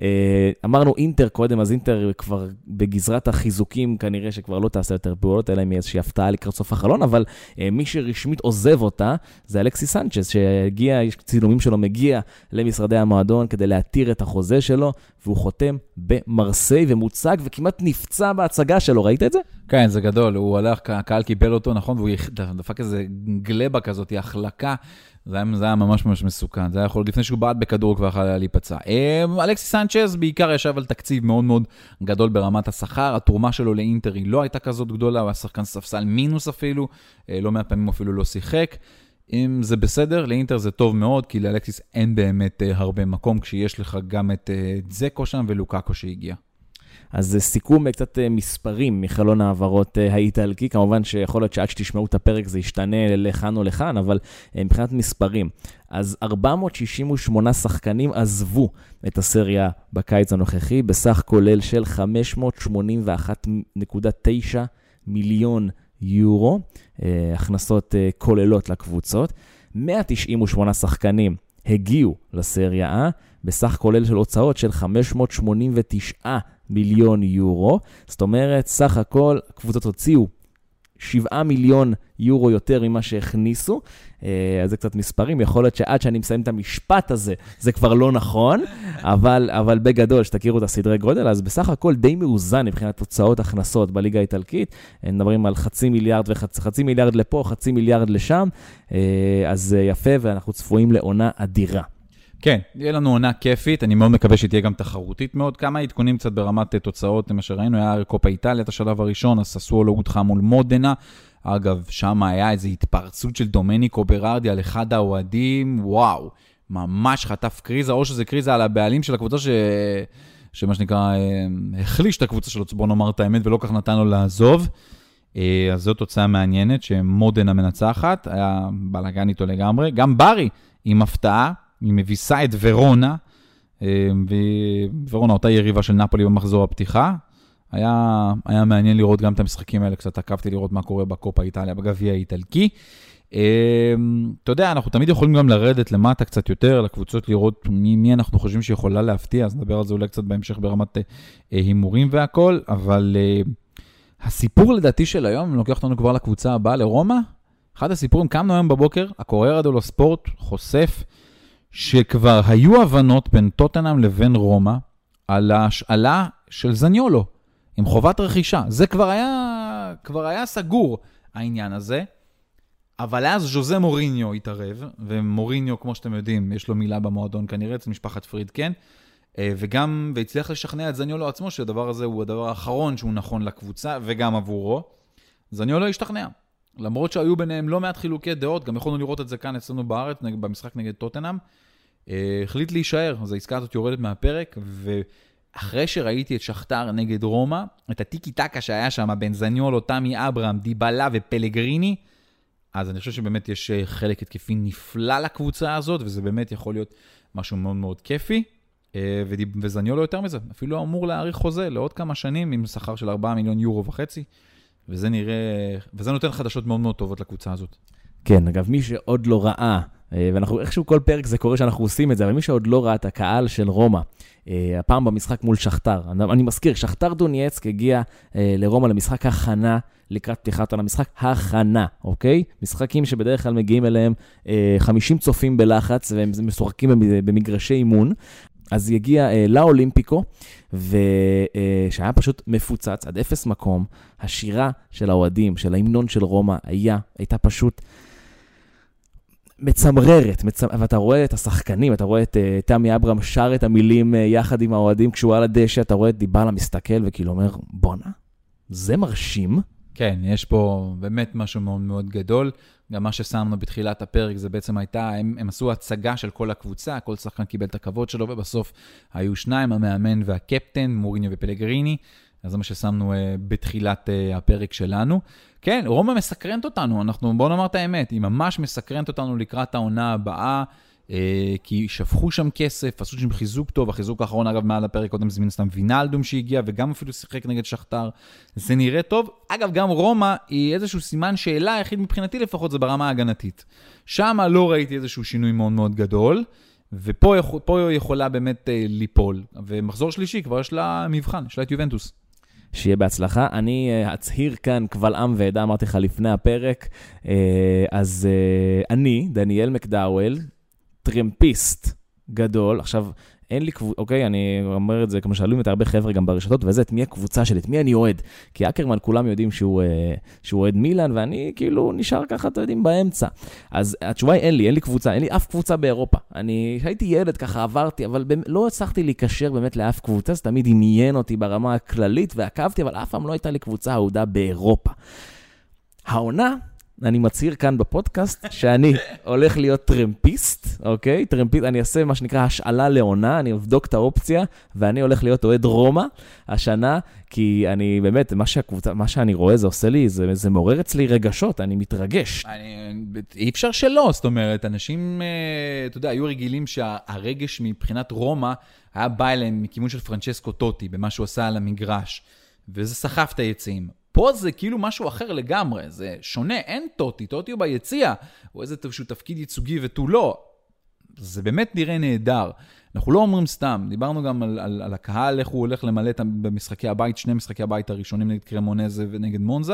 אמרנו אינטר קודם, אז אינטר כבר בגזרת החיזוקים, כנראה שכבר לא תעשה יותר פעולות, אלא עם איזושהי הפתעה לקראת סוף החלון, אבל מי שרשמית עוזב אותה, זה אלכסי סנצ'ז, שהגיע, יש צילומים שלו מגיע למשרדי המועדון כדי להתיר את החוזה שלו, והוא חותם במרסיי ומוצג וכמעט נפצע בהצגה שלו, ראית את זה? כן, זה גדול, הוא הלך, הקהל קיבל אותו, נכון, והוא דפק איזה גלבה כזאת, החלקה, זה היה, זה היה ממש ממש מסוכן, זה היה יכול, לפני שהוא בעט בכדור כבר יכול היה להיפצע. אלכסי סנצ'ז בעיקר ישב על תקציב מאוד מאוד גדול ברמת השכר, התרומה שלו לאינטר היא לא הייתה כזאת גדולה, הוא היה שחקן ספסל מינוס אפילו, לא מעט פעמים אפילו לא שיחק. אם זה בסדר, לאינטר זה טוב מאוד, כי לאלקסיס אין באמת הרבה מקום, כשיש לך גם את זקו שם ולוקאקו שהגיע. אז סיכום קצת מספרים מחלון העברות האיטלקי, כמובן שיכול להיות שעד שתשמעו את הפרק זה ישתנה לכאן או לכאן, אבל מבחינת מספרים, אז ארבע מאות שישים ושמונה שחקנים עזבו את הסריה בקיץ הנוכחי, בסך כולל של חמש מאות שמונים ואחת נקודה תשע מיליון יורו, הכנסות כוללות לקבוצות, מאה תשעים ושמונה שחקנים הגיעו לסריה A, בסך כולל של הוצאות של חמש מאות שמונים ותשעה מיליון יורו, זאת אומרת, סך הכל קבוצות הוציאו שבעה מיליון יורו יותר ממה שהכניסו, אז זה קצת מספרים, יכול להיות שעד שאני מסיים את המשפט הזה, זה כבר לא נכון, אבל, אבל בגדול, שתכירו את הסדרי גודל, אז בסך הכל די מאוזן מבחינת תוצאות הכנסות בליגה האיטלקית, נדברים על חצי מיליארד וחצי חצי מיליארד לפה, חצי מיליארד לשם, אז יפה, ואנחנו צפויים לעונה אדירה. כן, יהיה לנו עונה כיפית, אני מאוד מקווה שתהיה גם תחרותית מאוד, כמה עדכונים קצת ברמת תוצאות, מה שראינו, היה קופה איטליה את השלב הראשון, הססוולו הודחה מול מודנה, אגב, שם היה איזו התפרצות של דומניקו ברארדי על אחד האוהדים, וואו, ממש חטף קריזה, או שזה קריזה על הבעלים של הקבוצה ש... שמה שנקרא, החליש את הקבוצה שלו, בוא נאמר את האמת, ולא כך נתן לו לעזוב, אז זו תוצאה מעניינת, שמודנה מנצחת, היה בלגן איתו לגמרי, גם ברי עם הפתעה, היא מביסה את ורונה, ורונה אותה יריבה של נפולי במחזור הפתיחה, היה, היה מעניין לראות גם את המשחקים האלה, קצת עקבתי לראות מה קורה בקופה איטליה, בגביע האיטלקי. אתה יודע, אנחנו תמיד יכולים גם לרדת למטה קצת יותר, לקבוצות לראות מי, מי אנחנו חושבים שיכולה להפתיע, אז נדבר על זה אולי קצת בהמשך ברמת הימורים והכל, אבל הסיפור לדעתי של היום, לוקח אותנו כבר לקבוצה הבאה, לרומא, אחד הסיפורים, קמנו היום בבוקר, הקוריירה דלו ספורט חושף, שכבר היו הבנות בין טוטנהאם לבין רומא, על ההשאלה של זניולו, עם חובת רכישה. זה כבר היה, כבר היה סגור, העניין הזה. אבל אז ז'וזה מוריניו התערב, ומוריניו, כמו שאתם יודעים, יש לו מילה במועדון כנראה, אצל משפחת פרידקן, וגם, והצליח לשכנע את זניולו עצמו, שהדבר הזה הוא הדבר האחרון שהוא נכון לקבוצה, וגם עבורו. זניולו השתכנע. למרות שהיו ביניהם לא מעט חילוקי דעות, גם יכולנו לראות את זה כאן אצלנו בארץ, במשחק נגד טוטנהאם, החליט להישאר, אז העסקה הזאת יורדת מהפרק, ואחרי שראיתי את שכתר נגד רומא, את הטיקי טקה שהיה שם, בין זניולו, תמי אברהם, דיבלה ופלגריני, אז אני חושב שבאמת יש חלק התקפי נפלא לקבוצה הזאת, וזה באמת יכול להיות משהו מאוד מאוד כיפי, וזניולו יותר מזה, אפילו אמור להאריך חוזה לעוד כמה שנים, עם שכר של ארבעה מיליון יורו וחצי, וזה נראה, וזה נותן חדשות מאוד מאוד טובות לקבוצה הזאת. כן, אגב, מי שעוד לא ראה, ואנחנו, איכשהו כל פרק זה קורה שאנחנו עושים את זה, אבל מי שעוד לא ראה את הקהל של רומא, הפעם במשחק מול שכתר, אני מזכיר, שכתר דונייצק הגיע לרומא למשחק הכנה, לקראת פתיחת על המשחק, הכנה, אוקיי? משחקים שבדרך כלל מגיעים אליהם חמישים צופים בלחץ, והם משוחקים במגרשי אימון, אז יגיע לאולימפיקו, ושהיה פשוט מפוצץ עד אפס מקום, השירה של האוהדים, של ההמנון של רומא, היה, הייתה פשוט מצמררת, מצמ... ואתה רואה את השחקנים, אתה רואה את uh, תמי אברהם שר את המילים uh, יחד עם האוהדים, כשהוא על הדשא, אתה רואה את דיבלה מסתכל, וכאילו אומר, בונה, זה מרשים. כן, יש פה באמת משהו מאוד מאוד גדול, גם מה ששמנו בתחילת הפרק, זה בעצם הייתה, הם, הם עשו הצגה של כל הקבוצה, כל שחקן קיבל את הכבוד שלו, ובסוף היו שניים, המאמן והקפטן, מוריניו ופלגריני, אז זה מה ששמנו uh, בתחילת uh, הפרק שלנו. כן, רומא מסקרנת אותנו, אנחנו, בואו נאמר את האמת, היא ממש מסקרנת אותנו לקראת העונה הבאה, uh, כי שפכו שם כסף, עשו שם חיזוק טוב, החיזוק האחרון אגב מעל הפרק קודם זמין סתם וינלדום שהגיע, וגם אפילו שיחק נגד שכתר, זה נראה טוב. אגב, גם רומא היא איזשהו סימן שאלה, היחיד מבחינתי לפחות זה ברמה ההגנתית. שם לא ראיתי איזשהו שינוי מאוד מאוד גדול, ופה יכול, פה יכולה באמת uh, ליפול, ומחזור שלישי כבר יש לה מבחן, יש לה את יובנטוס. שיהיה בהצלחה. אני uh, אצהיר כאן קבל עם ועדה, אמרתי לך לפני הפרק, uh, אז uh, אני, דניאל מקדאוול, טרמפיסט גדול, עכשיו אין לי קבוצה, אוקיי, אני אומר את זה, כמו שאלו את הרבה חבר'ה גם ברשתות, וזה את מי הקבוצה שלי, את מי אני אוהד, כי אקרמן כולם יודעים שהוא, שהוא אוהד מילאן, ואני כאילו נשאר ככה, אתם יודעים, באמצע. אז התשובה היא אין לי, אין לי קבוצה, אין לי אף קבוצה באירופה. אני הייתי ילד ככה, עברתי, אבל לא הצלחתי להיקשר באמת לאף קבוצה, זה תמיד עניין אותי ברמה הכללית, ועקבתי, אבל אף פעם לא הייתה לי קבוצה אהודה באירופה. העונה, אני מצהיר כאן בפודקאסט שאני הולך להיות טרמפיסט, אוקיי? טרמפיסט, אני אעשה מה שנקרא השאלה לעונה, אני אבדוק את האופציה, ואני הולך להיות אוהד רומא השנה, כי אני באמת, מה שהקבוצה, מה שאני רואה זה עושה לי, זה, זה מעורר אצלי רגשות, אני מתרגש. אני, אי אפשר שלא, זאת אומרת, אנשים, אתה יודע, היו רגילים שהרגש מבחינת רומא היה בא אליהם מכיוון של פרנצ'סקו טוטי, במה שהוא עשה על המגרש, וזה סחף את היציאים. פה זה כאילו משהו אחר לגמרי, זה שונה, אין טוטי, טוטי הוא ביציאה, הוא איזשהו תפקיד ייצוגי ותו לא. זה באמת נראה נהדר. אנחנו לא אומרים סתם, דיברנו גם על, על, על הקהל, איך הוא הולך למלא במשחקי הבית, שני משחקי הבית הראשונים נגד קרמונזה ונגד מונזה,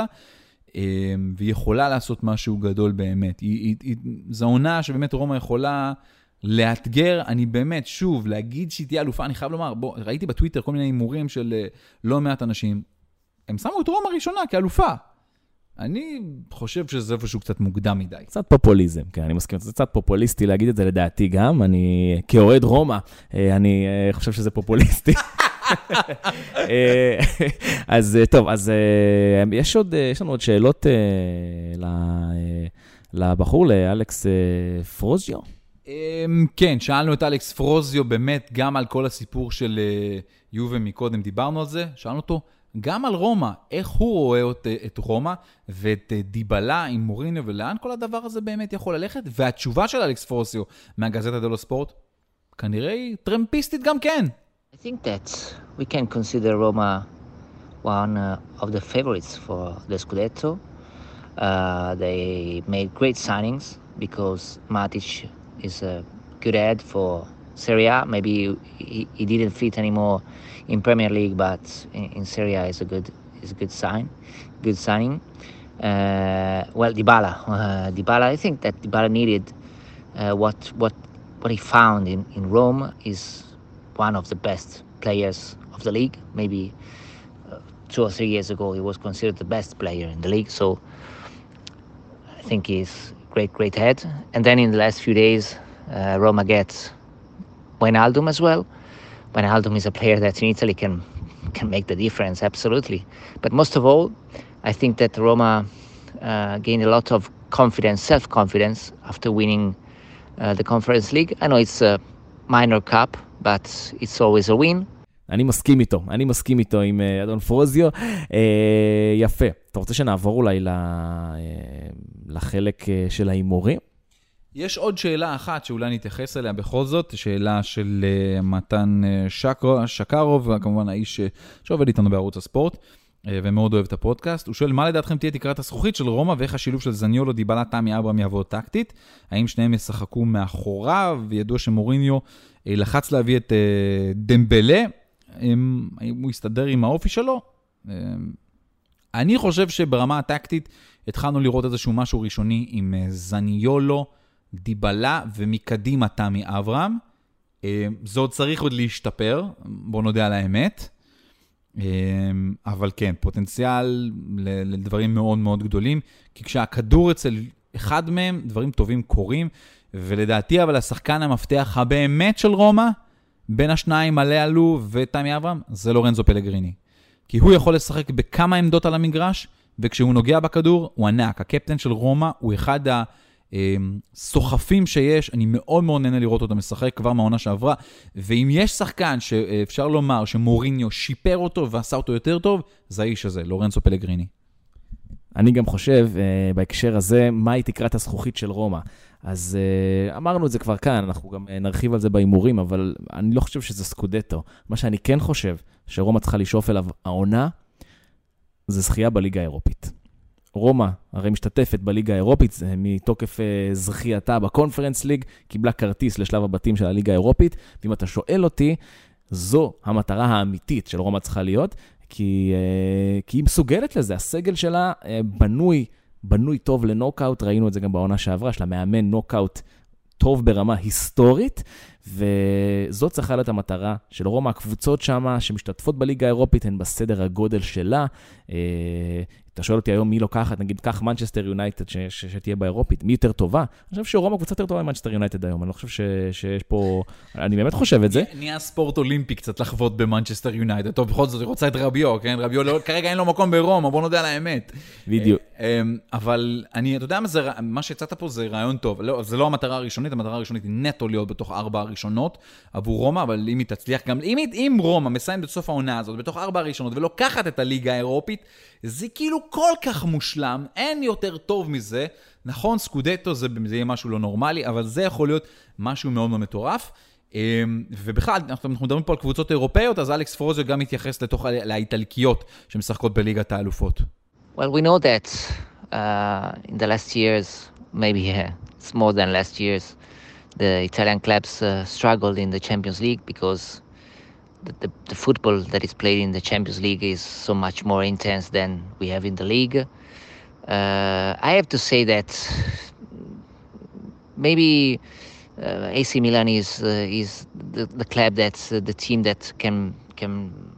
והיא יכולה לעשות משהו גדול באמת. היא, היא, היא, זו עונה שבאמת רומא יכולה לאתגר, אני באמת, שוב, להגיד שהיא תהיה אלופה, אני חייב לומר, בוא, ראיתי בטוויטר כל מיני הימורים של לא מעט אנשים, הם שמו את רומא הראשונה כאלופה. אני חושב שזה איפשהו קצת מוקדם מדי. קצת פופוליזם, כן, אני מסכים. זה קצת פופוליסטי להגיד את זה לדעתי גם. אני, כאוהד רומא, אני חושב שזה פופוליסטי. אז טוב, אז יש עוד, יש לנו עוד שאלות לבחור, לאלכס פרוזיו. כן, שאלנו את אלכס פרוזיו באמת גם על כל הסיפור של יובה מקודם, דיברנו על זה, שאלנו אותו, גם על רומא, איך הוא רואה את, את רומא ואת דיבלה עם מוריניו ולאן כל הדבר הזה באמת יכול ללכת, והתשובה של אלכס פורסיו מהגזטה דלו ספורט, כנראה היא טרמפיסטית גם כן. I think that we can consider Roma one uh, of the favorites for the Scudetto. Uh, they made great signings because Matic is a good ad for Serie A. Maybe he, he didn't fit anymore in Premier League, but in, in Serie A is a good is a good sign, good signing. Uh, well, Dybala, uh, Dybala. I think that Dybala needed uh, what what what he found in, in Rome is one of the best players of the league. Maybe uh, two or three years ago he was considered the best player in the league. So I think he's great, great head. And then in the last few days, uh, Roma gets Wijnaldum as well. Wijnaldum is a player that in Italy can can make the difference, absolutely. But most of all, I think that Roma uh, gained a lot of confidence, self-confidence after winning uh, the Conference League. I know it's a minor cup, but it's always a win. אני מסכים איתו, אני מסכים איתו עם uh, אדון פרוזיו. Uh, יפה. אתה רוצה שנעבור אולי ל, uh, לחלק uh, של האימורים? יש עוד שאלה אחת שאולי נתייחס אליה בכל זאת, שאלה של uh, מתן uh, שקר, שקרוב, וכמובן האיש uh, שעובד איתנו בערוץ הספורט, uh, ומאוד אוהב את הפודקאסט. הוא שואל, מה לדעתכם תהיה תקרת הזכוכית של רומא, ואיך השילוב של זניולו, דיבלה, תמי אברהם יעבוד טקטית? האם שניהם ישחקו מאחוריו? וידוע שמוריניו uh, לחץ להביא את uh, דמבלה, האם הוא יסתדר עם האופי שלו? Uh, אני חושב שברמה הטקטית התחלנו לראות איזשהו משהו ראשוני עם uh, זניולו, דיבלה ומקדימה תמי אברהם. זה עוד צריך עוד להשתפר, בוא נודע על האמת. אבל כן, פוטנציאל לדברים מאוד מאוד גדולים, כי כשהכדור אצל אחד מהם, דברים טובים קורים, ולדעתי אבל השחקן המפתח הבאמת של רומא, בין השניים עלי עלו ותמי אברהם, זה לורנזו פלגריני. כי הוא יכול לשחק בכמה עמדות על המגרש, וכשהוא נוגע בכדור, הוא ענק. הקפטן של רומא הוא אחד ה... סוחפים שיש, אני מאוד מאוד נהנה לראות אותו משחק כבר מהעונה שעברה, ואם יש שחקן שאפשר לומר שמוריניו שיפר אותו ועשה אותו יותר טוב, זה האיש הזה, לורנצו פלגריני. אני גם חושב, בהקשר הזה, מהי תקרת הזכוכית של רומא? אז אמרנו את זה כבר כאן, אנחנו גם נרחיב על זה באימורים, אבל אני לא חושב שזה סקודטו. מה שאני כן חושב שרומא צריכה לשאוף אליו העונה, זה זכייה בליגה האירופית. רומא הרי משתתפת בליגה האירופית, מתוקף זכייתה בקונפרנס ליג, קיבלה כרטיס לשלב הבתים של הליגה האירופית, ואם אתה שואל אותי, זו המטרה האמיתית של רומא צריכה להיות, כי, כי היא מסוגלת לזה, הסגל שלה בנוי, בנוי טוב לנוקאוט, ראינו את זה גם בעונה שעברה, שלה מאמן נוקאוט טוב ברמה היסטורית, וזאת צריכה להיות המטרה של רומא. הקבוצות שמה שמשתתפות בליגה האירופית הן בסדר הגודל שלה. אתה שואל אותי היום מי לוקחת, נגיד כך מנצ'סטר יונייטד ש- ש- שתהיה באירופית, מי יותר טובה? אני חושב שרומא קבוצה יותר טובה ממנצ'סטר יונייטד היום, אני לא חושב ש- שיש פה, אני באמת חושב את זה. נהיה ספורט אולימפי קצת לחוות במנצ'סטר יונייטד, טוב, בכל זאת היא רוצה את רביו, כן? רביו לא, כרגע אין לו מקום ברומא, בוא נודע על האמת. בדיוק. אבל אני, אתה יודע מה זה, מה שהצעת פה זה רעיון טוב, לא, זה לא המטרה הראשונית, המטרה הראשונית היא נטו להיות בתוך ארבע הראשונות עבור רומא, אבל אם היא תצליח גם, אם, אם רומא מסיים בסוף העונה הזאת, בתוך ארבע הראשונות, ולוקחת את הליגה האירופית, זה כאילו כל כך מושלם, אין יותר טוב מזה. נכון, סקודטו זה, זה יהיה משהו לא נורמלי, אבל זה יכול להיות משהו מאוד מאוד מטורף. ובכלל, אנחנו מדברים פה על קבוצות אירופאיות, אז אלכס פרוזיו גם מתייחס לתוך האיטלקיות שמשחקות בליגת האלופות. Well, we know that uh, in the last years, maybe uh, it's more than last years, the Italian clubs uh, struggled in the Champions League because The, the, the football that is played in the Champions League is so much more intense than we have in the league. Uh, I have to say that maybe uh, A C Milan is uh, is the, the club that's uh, the team that can can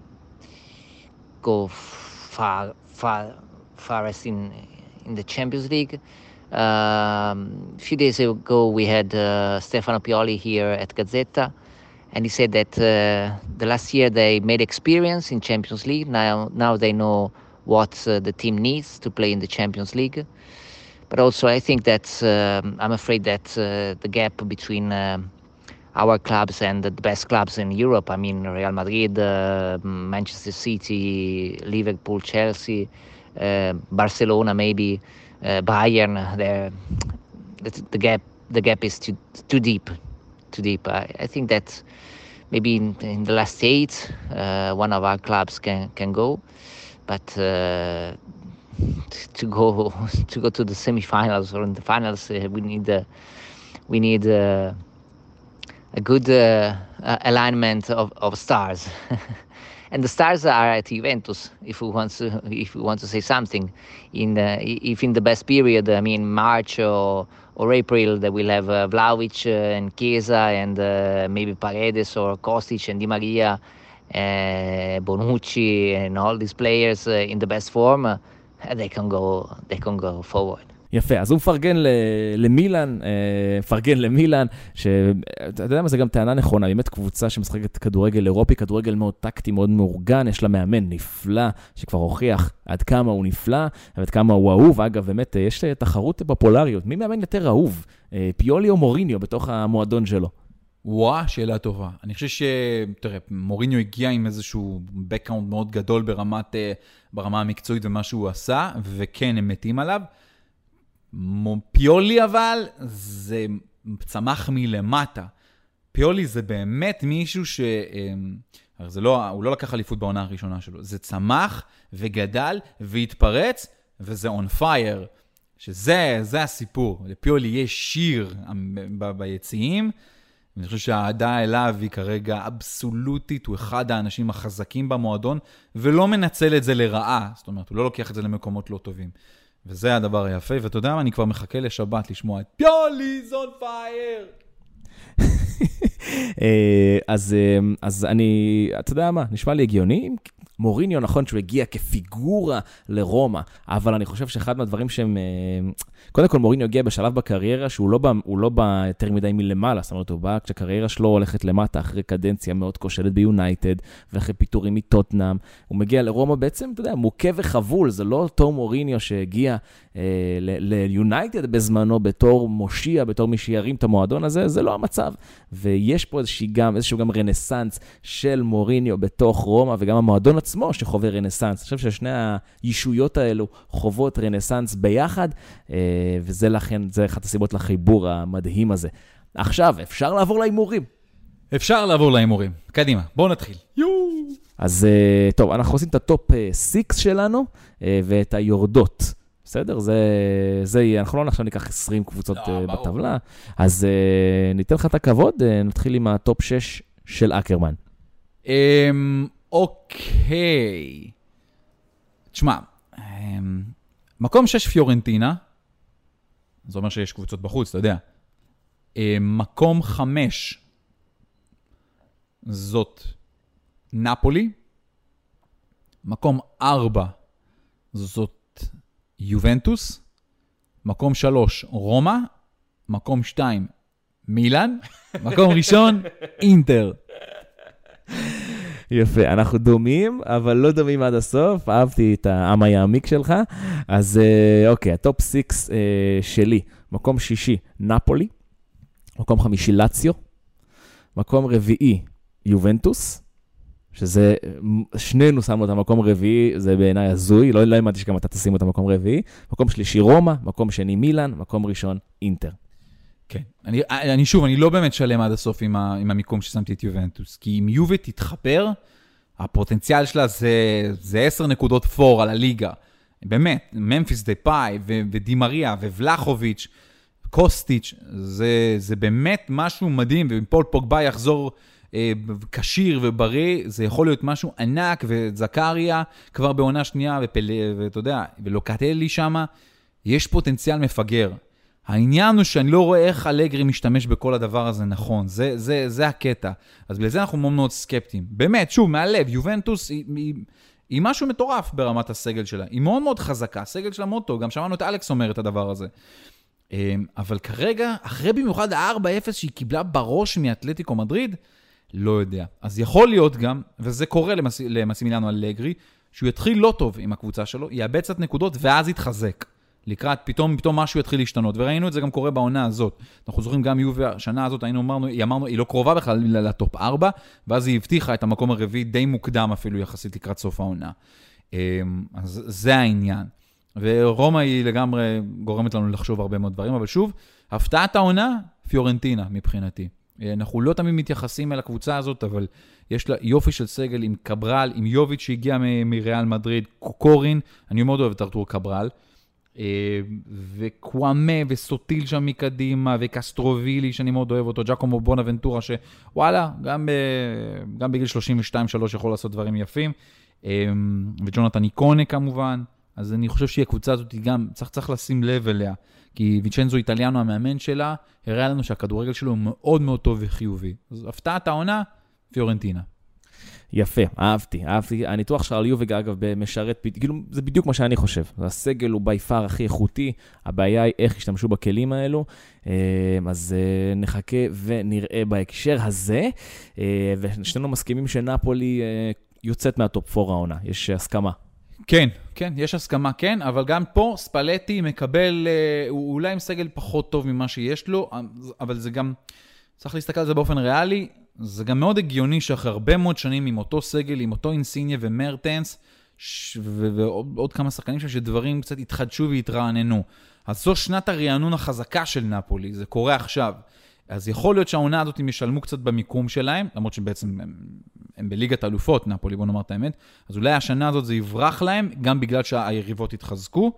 go far far farthest in in the Champions League. Um, a few days ago we had uh, Stefano Pioli here at Gazzetta. And he said that uh, the last year they made experience in Champions League. Now, now they know what uh, the team needs to play in the Champions League. But also, I think that uh, I'm afraid that uh, the gap between uh, our clubs and the best clubs in Europe, I mean Real Madrid, uh, Manchester City, Liverpool, Chelsea, uh, Barcelona, maybe uh, Bayern, the, the gap the gap is too too deep. Too deep. I, I think that maybe in, in the last eight, uh, one of our clubs can can go. but uh, to go to go to the semifinals or in the finals, uh, we need uh, we need uh, a good uh, uh, alignment of, of stars. And the stars are at Juventus, if we want to, if we want to say something. In the, if in the best period, I mean March or, or April, that we'll have uh, Vlahovic uh, and Chiesa and uh, maybe Paredes or Kostic and Di Maria, uh, Bonucci and all these players uh, in the best form, uh, they can go, they can go forward. יפה, אז הוא מפרגן למילן, מפרגן למילן, שאתה יודע מה, זה גם טענה נכונה, באמת קבוצה שמשחקת כדורגל אירופי, כדורגל מאוד טקטי, מאוד מאורגן, יש לה מאמן נפלא, שכבר הוכיח עד כמה הוא נפלא, ועד כמה הוא אהוב, אגב, באמת, יש תחרות בפופולריות, מי מאמן יותר אהוב? פיולי או מוריניו בתוך המועדון שלו? וואה, שאלה טובה. אני חושב ש... תראה, מוריניו הגיע עם איזשהו בקאונט מאוד גדול ברמת, ברמה המקצועית ומה שהוא עשה, וכן, הם מתים עליו. פיולי אבל זה צמח מלמטה. פיולי זה באמת מישהו ש... זה לא, הוא לא לקח אליפות בעונה הראשונה שלו. זה צמח וגדל והתפרץ, וזה on fire. שזה, זה הסיפור. לפיולי יש שיר ב- ביציעים, ואני חושב שהעדה אליו היא כרגע אבסולוטית, הוא אחד האנשים החזקים במועדון, ולא מנצל את זה לרעה. זאת אומרת, הוא לא לוקח את זה למקומות לא טובים. וזה הדבר היפה, ואתה יודע מה, אני כבר מחכה לשבת לשמוע את פיולי's on fire. אז, אז אני, אתה יודע מה, נשמע לי הגיוני, מוריניו נכון שהוא הגיע כפיגורה לרומא, אבל אני חושב שאחד מהדברים שהם, קודם כל מוריניו הגיע בשלב בקריירה שהוא לא בא, הוא לא בא יותר מדי מלמעלה, זאת אומרת הוא בא כשהקריירה שלו הולכת למטה אחרי קדנציה מאוד כושלת ביונייטד, ואחרי פיטורים מטוטנאם, הוא מגיע לרומא בעצם, אתה יודע, מוכה וחבול, זה לא אותו מוריניו שהגיע אה, ליונייטד בזמנו בתור מושיע, בתור מי שירים את המועדון הזה, זה לא המצב, ויש פה איזשהו גם, איזשהו גם רנסנס של מוריניו בתוך רומא, וגם המועדון עצמו שחווה רנסנס. אני חושב ששני הישויות האלו חוות רנסנס ביחד, וזה לכן, זה אחת הסיבות לחיבור המדהים הזה. עכשיו, אפשר לעבור לאימורים. אפשר לעבור לאימורים. קדימה, בואו נתחיל. יו! אז טוב, אנחנו עושים את הטופ סיקס שלנו, ואת היורדות. בסדר? זה, זה יהיה, אנחנו לא עכשיו ניקח עשרים קבוצות לא, בטבלה, אז ניתן לך את הכבוד, נתחיל עם הטופ שש של אקרמן. אוקיי. תשמע, מקום שש פיורנטינה, זה אומר שיש קבוצות בחוץ, אתה יודע. מקום חמש, זאת נפולי. מקום ארבע, זאת יובנטוס. מקום שלוש, רומא. מקום שתיים, מילאן. מקום ראשון, אינטר. יפה, אנחנו דומים, אבל לא דומים עד הסוף. אהבתי את העם היעמיק שלך. אז אוקיי, הטופ סיקס שלי. מקום שישי, נפולי. מקום חמישי, לציו. מקום רביעי, יובנטוס. שזה, שנינו שמו את המקום רביעי, זה בעיניי הזוי. לא, לא אמרתי שגם אתה תשימו את המקום רביעי. מקום שלישי, רומא. מקום שני, מילאן. מקום ראשון, אינטר. כן, אני, אני שוב, אני לא באמת שלם עד הסוף עם, ה, עם המיקום ששמתי את יובנטוס, כי אם יובה תתחפר, הפוטנציאל שלה זה, זה עשר נקודות פור על הליגה. באמת, ממפיס דיפאי ו, ודימריה ובלחוביץ', קוסטיץ', זה, זה באמת משהו מדהים, ואם פול פוגבה יחזור אה, קשיר ובריא, זה יכול להיות משהו ענק, וזקריה כבר בעונה שנייה, ופל, ואתה יודע, ולוקטלי שמה, יש פוטנציאל מפגר. העניין הוא שאני לא רואה איך אלגרי משתמש בכל הדבר הזה נכון, זה, זה, זה הקטע. אז בגלל זה אנחנו מאוד מאוד סקפטיים. באמת, שוב, מהלב, יובנטוס היא, היא, היא משהו מטורף ברמת הסגל שלה. היא מאוד מאוד חזקה, הסגל שלה מאוד טוב, גם שמענו את אלכס אומר את הדבר הזה. אבל כרגע, אחרי במיוחד ה-ארבע אפס שהיא קיבלה בראש מאתלטיקו מדריד, לא יודע. אז יכול להיות גם, וזה קורה למס, למסימילאנו אלגרי, שהוא יתחיל לא טוב עם הקבוצה שלו, יאבד קצת נקודות ואז יתחזק. לקראת, פתאום, פתאום משהו יתחיל להשתנות, וראינו את זה גם קורה בעונה הזאת. אנחנו זוכרים גם יובה, השנה הזאת, היינו אמרנו, היא אמרנו, היא לא קרובה בכלל לטופ ארבע, ואז היא הבטיחה את המקום הרביעי די מוקדם אפילו יחסית לקראת סוף העונה. אז זה העניין. ורומא היא לגמרי גורמת לנו לחשוב הרבה מאוד דברים, אבל שוב, הפתעת העונה, פיורנטינה מבחינתי. אנחנו לא תמיד מתייחסים אל הקבוצה הזאת, אבל יש לה יופי של סגל עם קברל, עם יוביץ' שהגיע מריאל מדריד, קוקורין, אני מאוד אוהב את ארתור קברל, וקואמה וסוטיל שם מקדימה, וקסטרובילי שאני מאוד אוהב אותו, ג'קומו בונאבנטורה שוואלה, גם, גם בגיל שלושים ושתיים שלוש יכול לעשות דברים יפים, וג'ונתן איקונה כמובן, אז אני חושב שהיא הקבוצה הזאת גם, צריך, צריך לשים לב אליה, כי ויצ'נזו איטליאנו המאמן שלה, הראה לנו שהכדורגל שלו הוא מאוד מאוד טוב וחיובי. אז הפתעת העונה, פיורנטינה. יפה, אהבתי, אהבתי. הניתוח של יובי, אגב, במשרת, כאילו, זה בדיוק מה שאני חושב. הסגל הוא ביפר הכי איכותי, הבעיה היא איך השתמשו בכלים האלו, אז נחכה ונראה בהקשר הזה, ושנינו מסכימים שנאפולי יוצאת מהטופ ארבע העונה, יש הסכמה. כן, כן, יש הסכמה, כן, אבל גם פה ספלטי מקבל, הוא אולי עם סגל פחות טוב ממה שיש לו, אבל זה גם, צריך להסתכל על זה באופן ריאלי, זה גם מאוד הגיוני שאחרי הרבה מאוד שנים עם אותו סגל, עם אותו אינסיניה ומרטנס, ועוד כמה שחקנים שם שדברים קצת התחדשו והתרעננו. אז זו שנת הרענון החזקה של נאפולי, זה קורה עכשיו. אז יכול להיות שהעונה הזאת הם ישלמו קצת במיקום שלהם, למרות שבעצם הם, הם בליגת אלופות, נאפולי, בוא נאמר את האמת, אז אולי השנה הזאת זה יברח להם, גם בגלל שהיריבות התחזקו,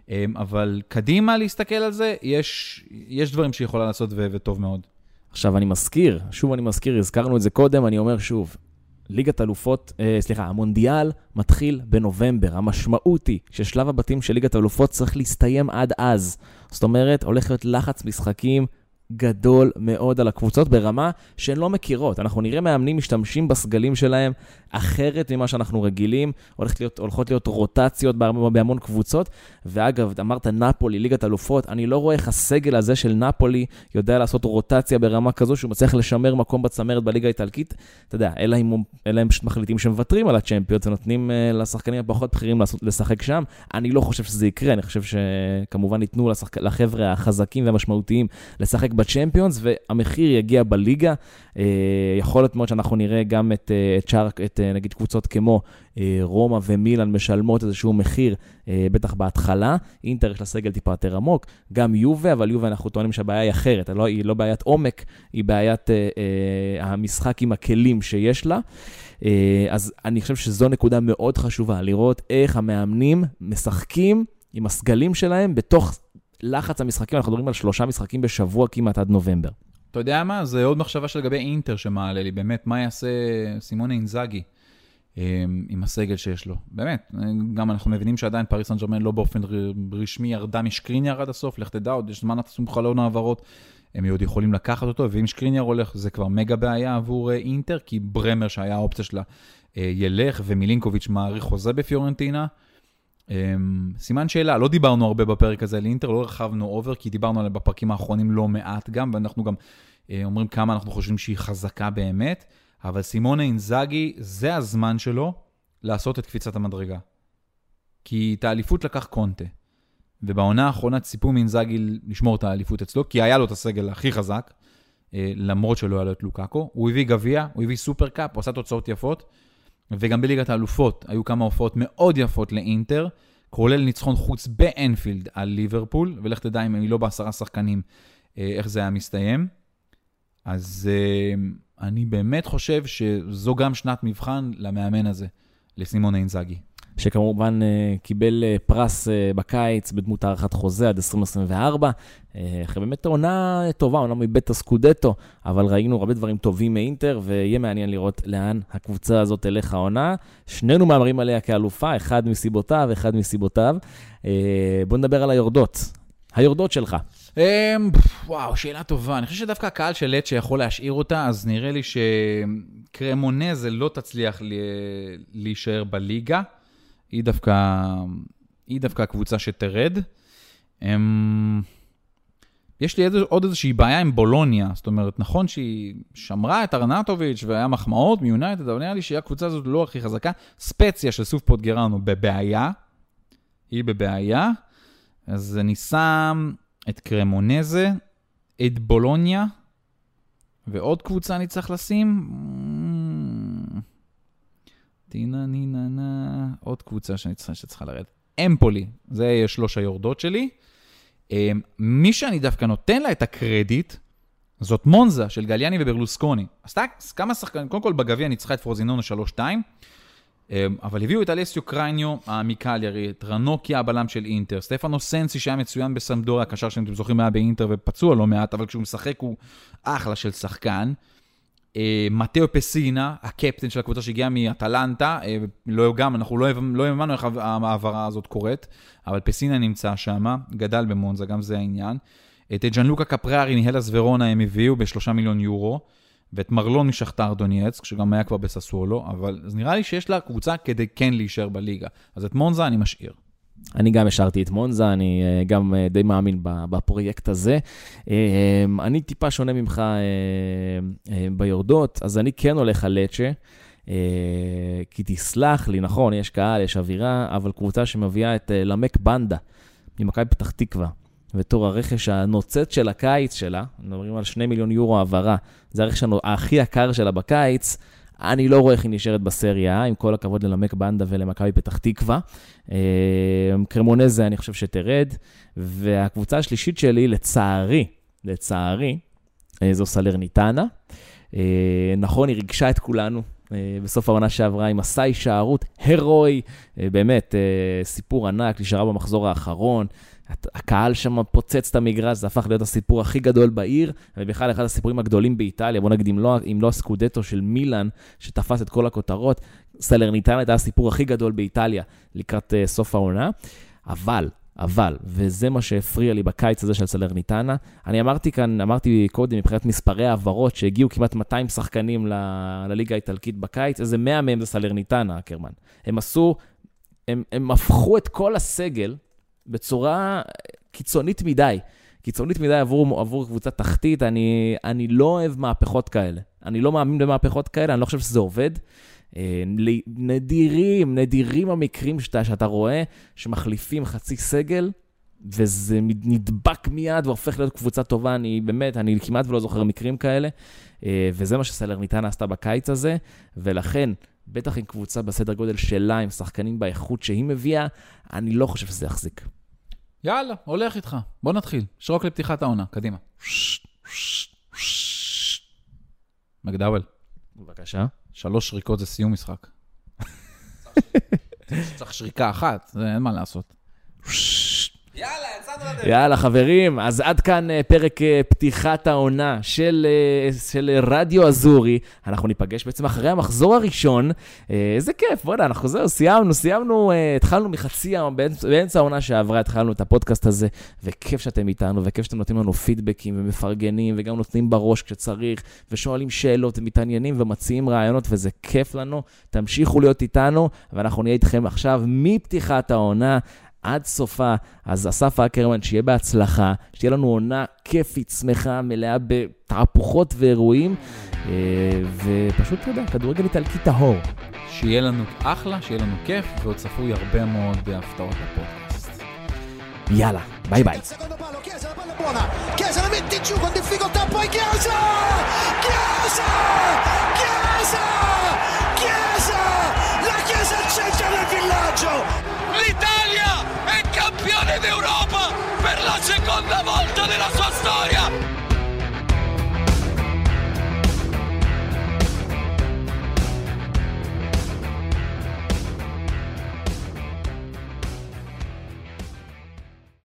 אבל קדימה להסתכל על זה, יש, יש דברים שיכולה לעשות ו- וטוב מאוד. עכשיו אני מזכיר, שוב אני מזכיר, הזכרנו את זה קודם, אני אומר שוב, ליגת אלופות, אה, סליחה, המונדיאל מתחיל בנובמבר. המשמעות היא ששלב הבתים של ליגת אלופות צריך להסתיים עד אז. זאת אומרת, הולך להיות לחץ משחקים גדול מאוד על הקבוצות ברמה שהן לא מכירות. אנחנו נראה מאמנים משתמשים בסגלים שלהם אחרת ממה שאנחנו רגילים, הולכות להיות, הולכות להיות רוטציות בהמון קבוצות, ואגב, אמרת נאפולי, ליגת אלופות, אני לא רואה איך הסגל הזה של נאפולי יודע לעשות רוטציה ברמה כזו, שהוא מצליח לשמר מקום בצמרת בליגה האיטלקית, אתה יודע, אלא אם, אלא הם מחליטים שמוותרים על הצ'מפיונס, ונותנים uh, לשחקנים הפחות בכירים לעשות, לשחק שם, אני לא חושב שזה יקרה, אני חושב שכמובן ייתנו לשחק, לחבר'ה החזקים והמשמעותיים לשחק בצ'מפיונס, והמחיר יגיע בליגה, uh, יכול להיות מאוד שאנחנו נראה גם את, uh, את שער, את נגיד קבוצות כמו רומא ומילאן משלמות איזשהו מחיר, בטח בהתחלה, אינטר יש לסגל טיפה יותר עמוק, גם יובה, אבל יובה אנחנו טוענים שהבעיה היא אחרת, לא, היא לא בעיית עומק, היא בעיית אה, אה, המשחק עם הכלים שיש לה, אה, אז אני חושב שזו נקודה מאוד חשובה, לראות איך המאמנים משחקים עם הסגלים שלהם בתוך לחץ המשחקים, אנחנו מדברים על שלושה משחקים בשבוע כמעט עד נובמבר. אתה יודע מה? זה עוד מחשבה של גבי אינטר שמעלה לי, באמת, מה יעשה סימונה אינזאגי עם הסגל שיש לו? באמת, גם אנחנו מבינים שעדיין פריס סן ז'רמן לא באופן רשמי ירדה משקריניאר עד הסוף, לך תדע, עוד יש זמן עצום חלון העברות, הם עוד יכולים לקחת אותו, ואם שקריניאר הולך, זה כבר מגה בעיה עבור אינטר, כי ברמר שהיה האופציה שלה ילך, ומילינקוביץ' מעריך חוזה בפיורנטינה. סימן שאלה, לא דיברנו הרבה בפרק הזה על אינטר, לא רחבנו אובר, כי דיברנו עליה בפרקים האחרונים לא מעט גם, ואנחנו גם אומרים כמה אנחנו חושבים שהיא חזקה באמת, אבל סימונה אינזאגי, זה הזמן שלו לעשות את קפיצת המדרגה. כי את האליפות לקח קונטה, ובעונה האחרונה ציפו מאינזאגי לשמור את האליפות אצלו, כי היה לו את הסגל הכי חזק, למרות שלא היה לו את לוקאקו, הוא הביא גביע, הוא הביא סופר קאפ, הוא עשה תוצאות יפות, וגם בליגת האלופות היו כמה הופעות מאוד יפות לאינטר, כולל ניצחון חוץ באנפילד על ליברפול, ולך תדע אם היא לא בעשרה שחקנים, איך זה היה מסתיים. אז אני באמת חושב שזו גם שנת מבחן למאמן הזה, לסימונה אינזאגי. שכמובן קיבל פרס בקיץ בדמות הערכת חוזה עד עשרים עשרים וארבע, אחרי באמת עונה טובה, עונה מבית הסקודטו, אבל ראינו הרבה דברים טובים מאינטר, ויהיה מעניין לראות לאן הקבוצה הזאת תלך העונה. שנינו מאמרים עליה כאלופה, אחד מסיבותיו, אחד מסיבותיו. בוא נדבר על היורדות. היורדות שלך. וואו, שאלה טובה. אני חושב שדווקא הקהל של לצ'ה יכול להשאיר אותה, אז נראה לי שקרמונזה לא תצליח להישאר בליגה. היא דווקא, היא דווקא הקבוצה שתרד. יש לי עוד איזושהי בעיה עם בולוניה, זאת אומרת, נכון שהיא שמרה את ארנטוביץ' והיה מחמאות מיונייטד, אבל נראה לי שהקבוצה הזאת לא הכי חזקה. ספציה של סוף פוטגרנו בבעיה, היא בבעיה, אז אני שם את קרמונזה, את בולוניה, ועוד קבוצה אני צריך לשים, טינה נינה נה, עוד קבוצה שאני צריכה, שצריכה לרד. אמפולי, זה יהיה שלוש היורדות שלי. מי שאני דווקא נותן לה את הקרדיט, זאת מונזה של גליאני וברלוסקוני. עשתה כמה שחקנים, קודם כל בגביע ניצחה את פרוזינונו שלוש שתיים, אבל הביאו את אלסיו קרייניו מקליארי, את רנוקיה הבלם של אינטר, סטפנו סנסי שהיה מצוין בסמדוריה, הקשר שאתם זוכרים היה באינטר ופצוע לא מעט, אבל כשהוא משחק הוא אחלה של שחקן. מתאו פסינה, הקפטן של הקבוצה שהגיע מאטלנטה, לא גם, אנחנו לא, לא הבנו איך העברה הזאת קורית, אבל פסינה נמצא שם, גדל במונזה, גם זה העניין. את ג'אנלוקה קפרארי מהלס ורונה הם הביאו בשלושה מיליון יורו, ואת מרלון משכתר דונייצק, שגם היה כבר בססוולו, אבל אז נראה לי שיש לה קבוצה כדי כן להישאר בליגה. אז את מונזה אני משאיר. אני גם השארתי את מונזה, אני גם די מאמין בפרויקט הזה. אני טיפה שונה ממך ביורדות, אז אני כן הולך על לצ'ה, כי תסלח לי, נכון, יש קהל, יש אווירה, אבל קבוצה שמביאה את למק בנדה, ממכבי פתח תקווה, ותור הרכש הנוצץ של הקיץ שלה, מדברים על שני מיליון יורו העברה, זה הרכש הכי יקר שלה בקיץ, אני לא רואה איך היא נשארת בסריה, עם כל הכבוד ללמק בנדה ולמכבי פתח תקווה. קרמונזה אני חושב שתרד, והקבוצה השלישית שלי, לצערי, לצערי, זו סלרניטנה. נכון, היא ריגשה את כולנו, בסוף העונה שעברה עם מסע שערות, הרואי, באמת, סיפור ענק, נשארה במחזור האחרון, הקהל שם פוצץ את המגרש, זה הפך להיות הסיפור הכי גדול בעיר, ובכלל אחד הסיפורים הגדולים באיטליה, בוא נגיד אם לא, אם לא הסקודטו של מילאן, שתפס את כל הכותרות, סלרניטנה הייתה הסיפור הכי גדול באיטליה, לקראת uh, סוף העונה, אבל, אבל, וזה מה שהפריע לי בקיץ הזה של סלרניטנה, אני אמרתי כאן, אמרתי קודם, מבחינת מספרי העברות, שהגיעו כמעט מאתיים שחקנים ל- לליגה האיטלקית בקיץ, איזה מאה מהם זה סלרניטנה, קרמן. הם עשו, הם, הם הפכו את כל הסגל, בצורה קיצונית מדי, קיצונית מדי עבור, עבור קבוצה תחתית, אני, אני לא אוהב מהפכות כאלה, אני לא מאמין במהפכות כאלה, אני לא חושב שזה עובד, נדירים, נדירים המקרים שאתה, שאתה רואה, שמחליפים חצי סגל, וזה נדבק מיד, והופך להיות קבוצה טובה, אני באמת, אני כמעט ולא זוכר מקרים כאלה, וזה מה שסלרניטנה עשתה בקיץ הזה, ולכן, בטח עם קבוצה בסדר גודל שלה, עם שחקנים באיכות שהיא מביאה, אני לא חושב שזה יחזיק. יאללה, הולך איתך. בוא נתחיל. שרוק לפתיחת העונה, קדימה. מקדאוול. בבקשה. שלוש שריקות זה סיום משחק. צריך שריקה אחת, זה אין מה לעשות. יאללה, יצאנו לדרך. יאללה, חברים, אז עד כאן פרק פתיחת העונה של, של רדיו אזורי. אנחנו ניפגש בעצם אחרי המחזור הראשון. איזה כיף, בוא'נה, אנחנו זהו, סיימנו, סיימנו, התחלנו מחצי, באמצע העונה שעברה, התחלנו את הפודקאסט הזה, וכיף שאתם איתנו, וכיף שאתם נותנים לנו פידבקים ומפרגנים, וגם נותנים בראש כשצריך, ושואלים שאלות ומתעניינים ומציעים רעיונות, וזה כיף לנו. תמשיכו להיות איתנו, ואנחנו נהיה איתכם עכשיו מפתיחת העונה, עד סופה. אז אסף אקרמן, שיהיה בהצלחה, שתהיה לנו עונה כיפית, שמחה, מלאה בתהפוכות ואירועים, ופשוט, אתה יודע, כדורגל איטלקי טהור. שיהיה לנו אחלה, שיהיה לנו כיף, ועוד צפוי הרבה מאוד הפתעות בפודקאסט. יאללה, ביי ביי. Chiesa la mette giù con difficoltà, poi Chiesa! Chiesa! Chiesa! Chiesa! La Chiesa al centro del villaggio! L'Italia è campione d'Europa per la seconda volta nella sua storia!